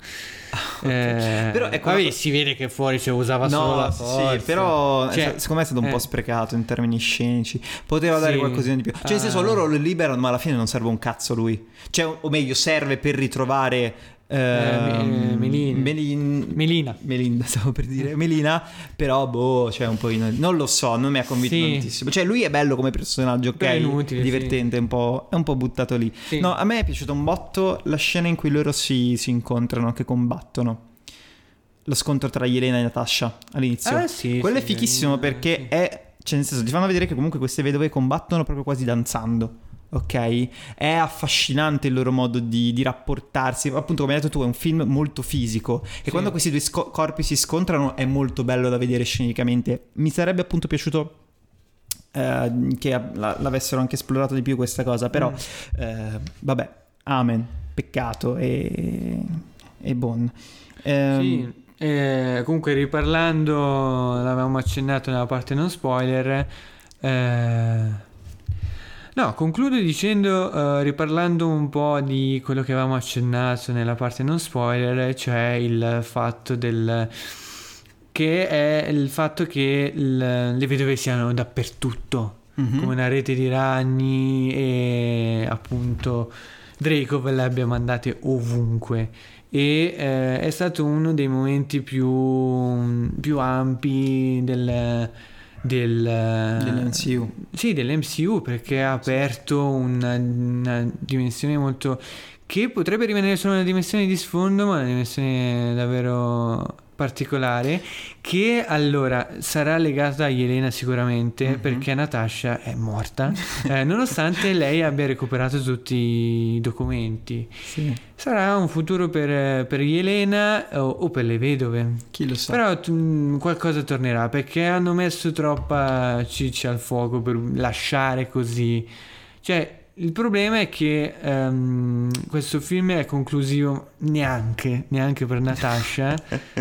Eh, Però ecco, vabbè, una- si vede che fuori cioè, usava solo No, la sì, forza. sì, però Cioè, eh, secondo me è stato un eh. po' sprecato in termini scenici. Poteva dare Sì. qualcosina di più. Cioè, nel Ah. senso, loro lo liberano, ma alla fine non serve un cazzo lui. Cioè, o meglio, serve per ritrovare Eh, ehm, Melin- Melin- Melina. Melinda, stavo per dire Melina, però boh, cioè un po' in- non lo so, non mi ha convinto Sì. tantissimo. Cioè lui è bello come personaggio, ok, Però è inutile, divertente, un po', è un po' buttato lì. Sì. No, a me è piaciuto un botto la scena in cui loro si, si incontrano, che combattono. Lo scontro tra Yelena e Natasha all'inizio. Ah, sì, Quello sì, è fichissimo sì. perché è, cioè nel senso, ti fanno vedere che comunque queste vedove combattono proprio quasi danzando. Ok? È affascinante il loro modo di, di rapportarsi. Appunto, come hai detto tu, è un film molto fisico. E Sì. quando questi due sco- corpi si scontrano è molto bello da vedere scenicamente. Mi sarebbe appunto piaciuto eh, che la- l'avessero anche esplorato di più questa cosa. Però, Mm. eh, vabbè, amen. Peccato e, e bon. Ehm, Sì, eh, comunque riparlando, l'avevamo accennato nella parte non spoiler. eh, No, concludo dicendo, eh, riparlando un po' di quello che avevamo accennato nella parte non spoiler, cioè il fatto del che è il fatto che il- le vedove siano dappertutto, mhm. come una rete di ragni, e appunto Dreykov le abbia mandate ovunque. E eh, è stato uno dei momenti più, più ampi del del Dell'M C U. sì, dell'M C U, perché ha aperto una, una dimensione molto che potrebbe rimanere solo una dimensione di sfondo, ma una dimensione davvero particolare, che allora sarà legata a Yelena sicuramente, Mhm. perché Natasha è morta, eh, nonostante lei abbia recuperato tutti i documenti. Sì. Sarà un futuro per, per Yelena o, o per le vedove. Chi lo sa. Però t- qualcosa tornerà, perché hanno messo troppa ciccia al fuoco per lasciare così. Cioè, il problema è che ehm, questo film è conclusivo neanche, neanche per Natasha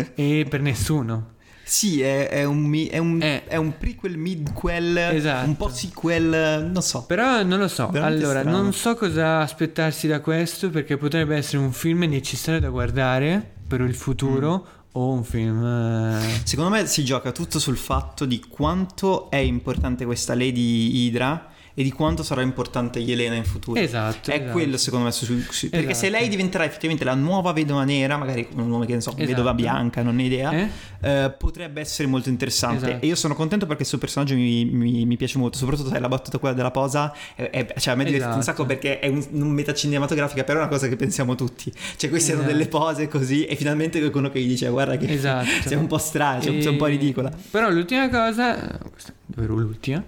e per nessuno. Sì, è, è un, mi- è, un, Eh. è un prequel, midquel, Esatto. un po' sequel, non so. Però non lo so, Veramente allora strano. non so cosa aspettarsi da questo, perché potrebbe essere un film necessario da guardare per il futuro o un film... eh, Secondo me si gioca tutto sul fatto di quanto è importante questa Lady Hydra e di quanto sarà importante Yelena in futuro. Esatto, È esatto. quello secondo me su- su- perché se Esatto. lei diventerà effettivamente la nuova vedova nera, magari con un nome che ne so, Esatto. vedova bianca, non ho idea, Eh? eh, potrebbe essere molto interessante. Esatto. E io sono contento perché il suo personaggio mi, mi- mi piace molto, soprattutto sai, la battuta quella della posa, è- è- cioè a me diverte un Esatto. sacco perché è un, un metacinematografica, però è una cosa che pensiamo tutti. Cioè queste erano Esatto. delle pose così e finalmente qualcuno che gli dice guarda che Esatto. sei un po' strano, sei, E- sei un po' ridicola. Però l'ultima cosa, questa è davvero l'ultima,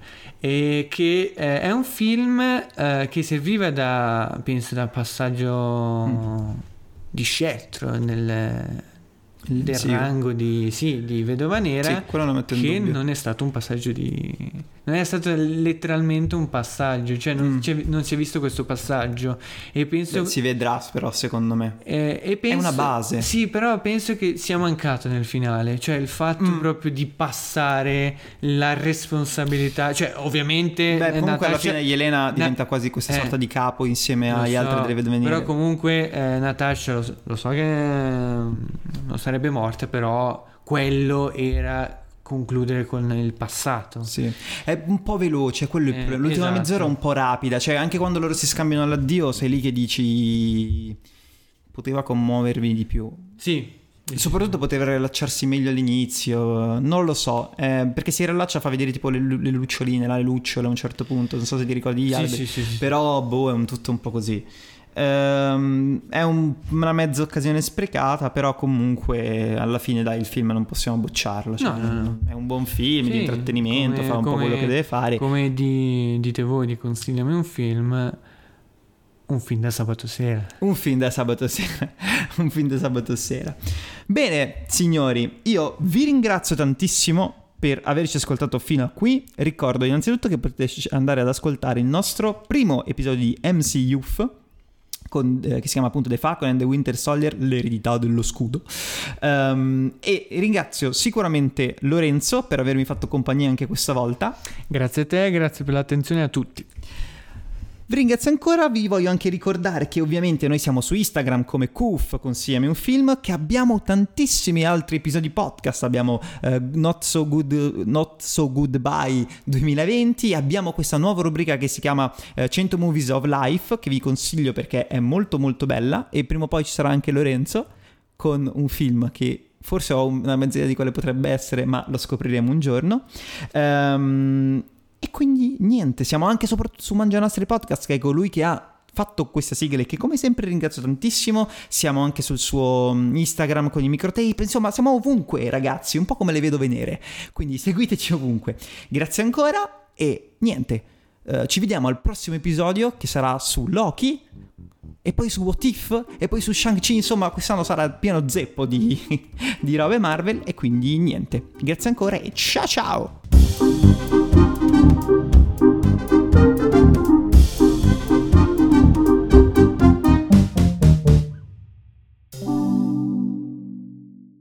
è che eh, è un film eh, che serviva da, penso, da passaggio Mm. di scettro nel, del Sì. rango di, sì, di vedova nera, Sì, quello non metto in che dubbio. non è stato un passaggio di, non è stato letteralmente un passaggio, cioè non, Mm. non si è visto questo passaggio e penso Beh, si vedrà però secondo me. eh, e penso, È una base. sì, però penso che sia mancato nel finale, cioè il fatto Mm. proprio di passare la responsabilità, cioè ovviamente Beh, comunque alla Natasha- fine Yelena Na- diventa quasi questa eh, sorta di capo insieme lo agli so, altri delle vedoveniere. però comunque eh, Natasha lo, so- lo so che non sarebbe morta, però quello era concludere con il passato. Sì, è un po' veloce, quello è il Eh, problema. L'ultima esatto. mezz'ora è un po' rapida, cioè anche quando loro si scambiano l'addio sei lì che dici poteva commuovervi di più. Sì. E soprattutto poteva rilacciarsi meglio all'inizio, non lo so, eh, perché si rilaccia, fa vedere tipo le, le luccioline, là, le lucciole a un certo punto, non so se ti ricordi gli Sì, alberi, sì, sì, sì. però boh, è un, tutto un po' così. Ehm, è un- una mezza occasione sprecata, però comunque alla fine dai il film non possiamo bocciarlo, cioè, No, no, no. è un buon film Sì, di intrattenimento, come- fa un po' come- quello che deve fare. Come di- dite voi di consigliami un film, un film da sabato sera. Un film da sabato sera, un film da sabato sera. Bene, signori, io vi ringrazio tantissimo per averci ascoltato fino a qui. Ricordo innanzitutto che potete andare ad ascoltare il nostro primo episodio di M C Youth, con, eh, che si chiama appunto The Falcon and the Winter Soldier, l'eredità dello scudo. Um, e ringrazio sicuramente Lorenzo per avermi fatto compagnia anche questa volta. Grazie a te, grazie per l'attenzione a tutti. Vi ringrazio ancora, vi voglio anche ricordare che ovviamente noi siamo su Instagram come Q F, consigliami un film, che abbiamo tantissimi altri episodi podcast, abbiamo eh, Not So Good Not So Goodbye duemilaventi, abbiamo questa nuova rubrica che si chiama eh, cento Movies of Life, che vi consiglio perché è molto molto bella, e prima o poi ci sarà anche Lorenzo con un film che forse ho una mezza idea di quale potrebbe essere, ma lo scopriremo un giorno. Ehm... E quindi niente, siamo anche soprattutto su Mangianastri Podcast, che è colui che ha fatto questa sigla e che come sempre ringrazio tantissimo. Siamo anche sul suo Instagram con i microtape, insomma siamo ovunque ragazzi, un po' come le vedo venere, quindi seguiteci ovunque. Grazie ancora e niente, uh, ci vediamo al prossimo episodio che sarà su Loki e poi su What If e poi su Shang-Chi, insomma quest'anno sarà pieno zeppo di, di robe Marvel e quindi niente, grazie ancora e ciao ciao!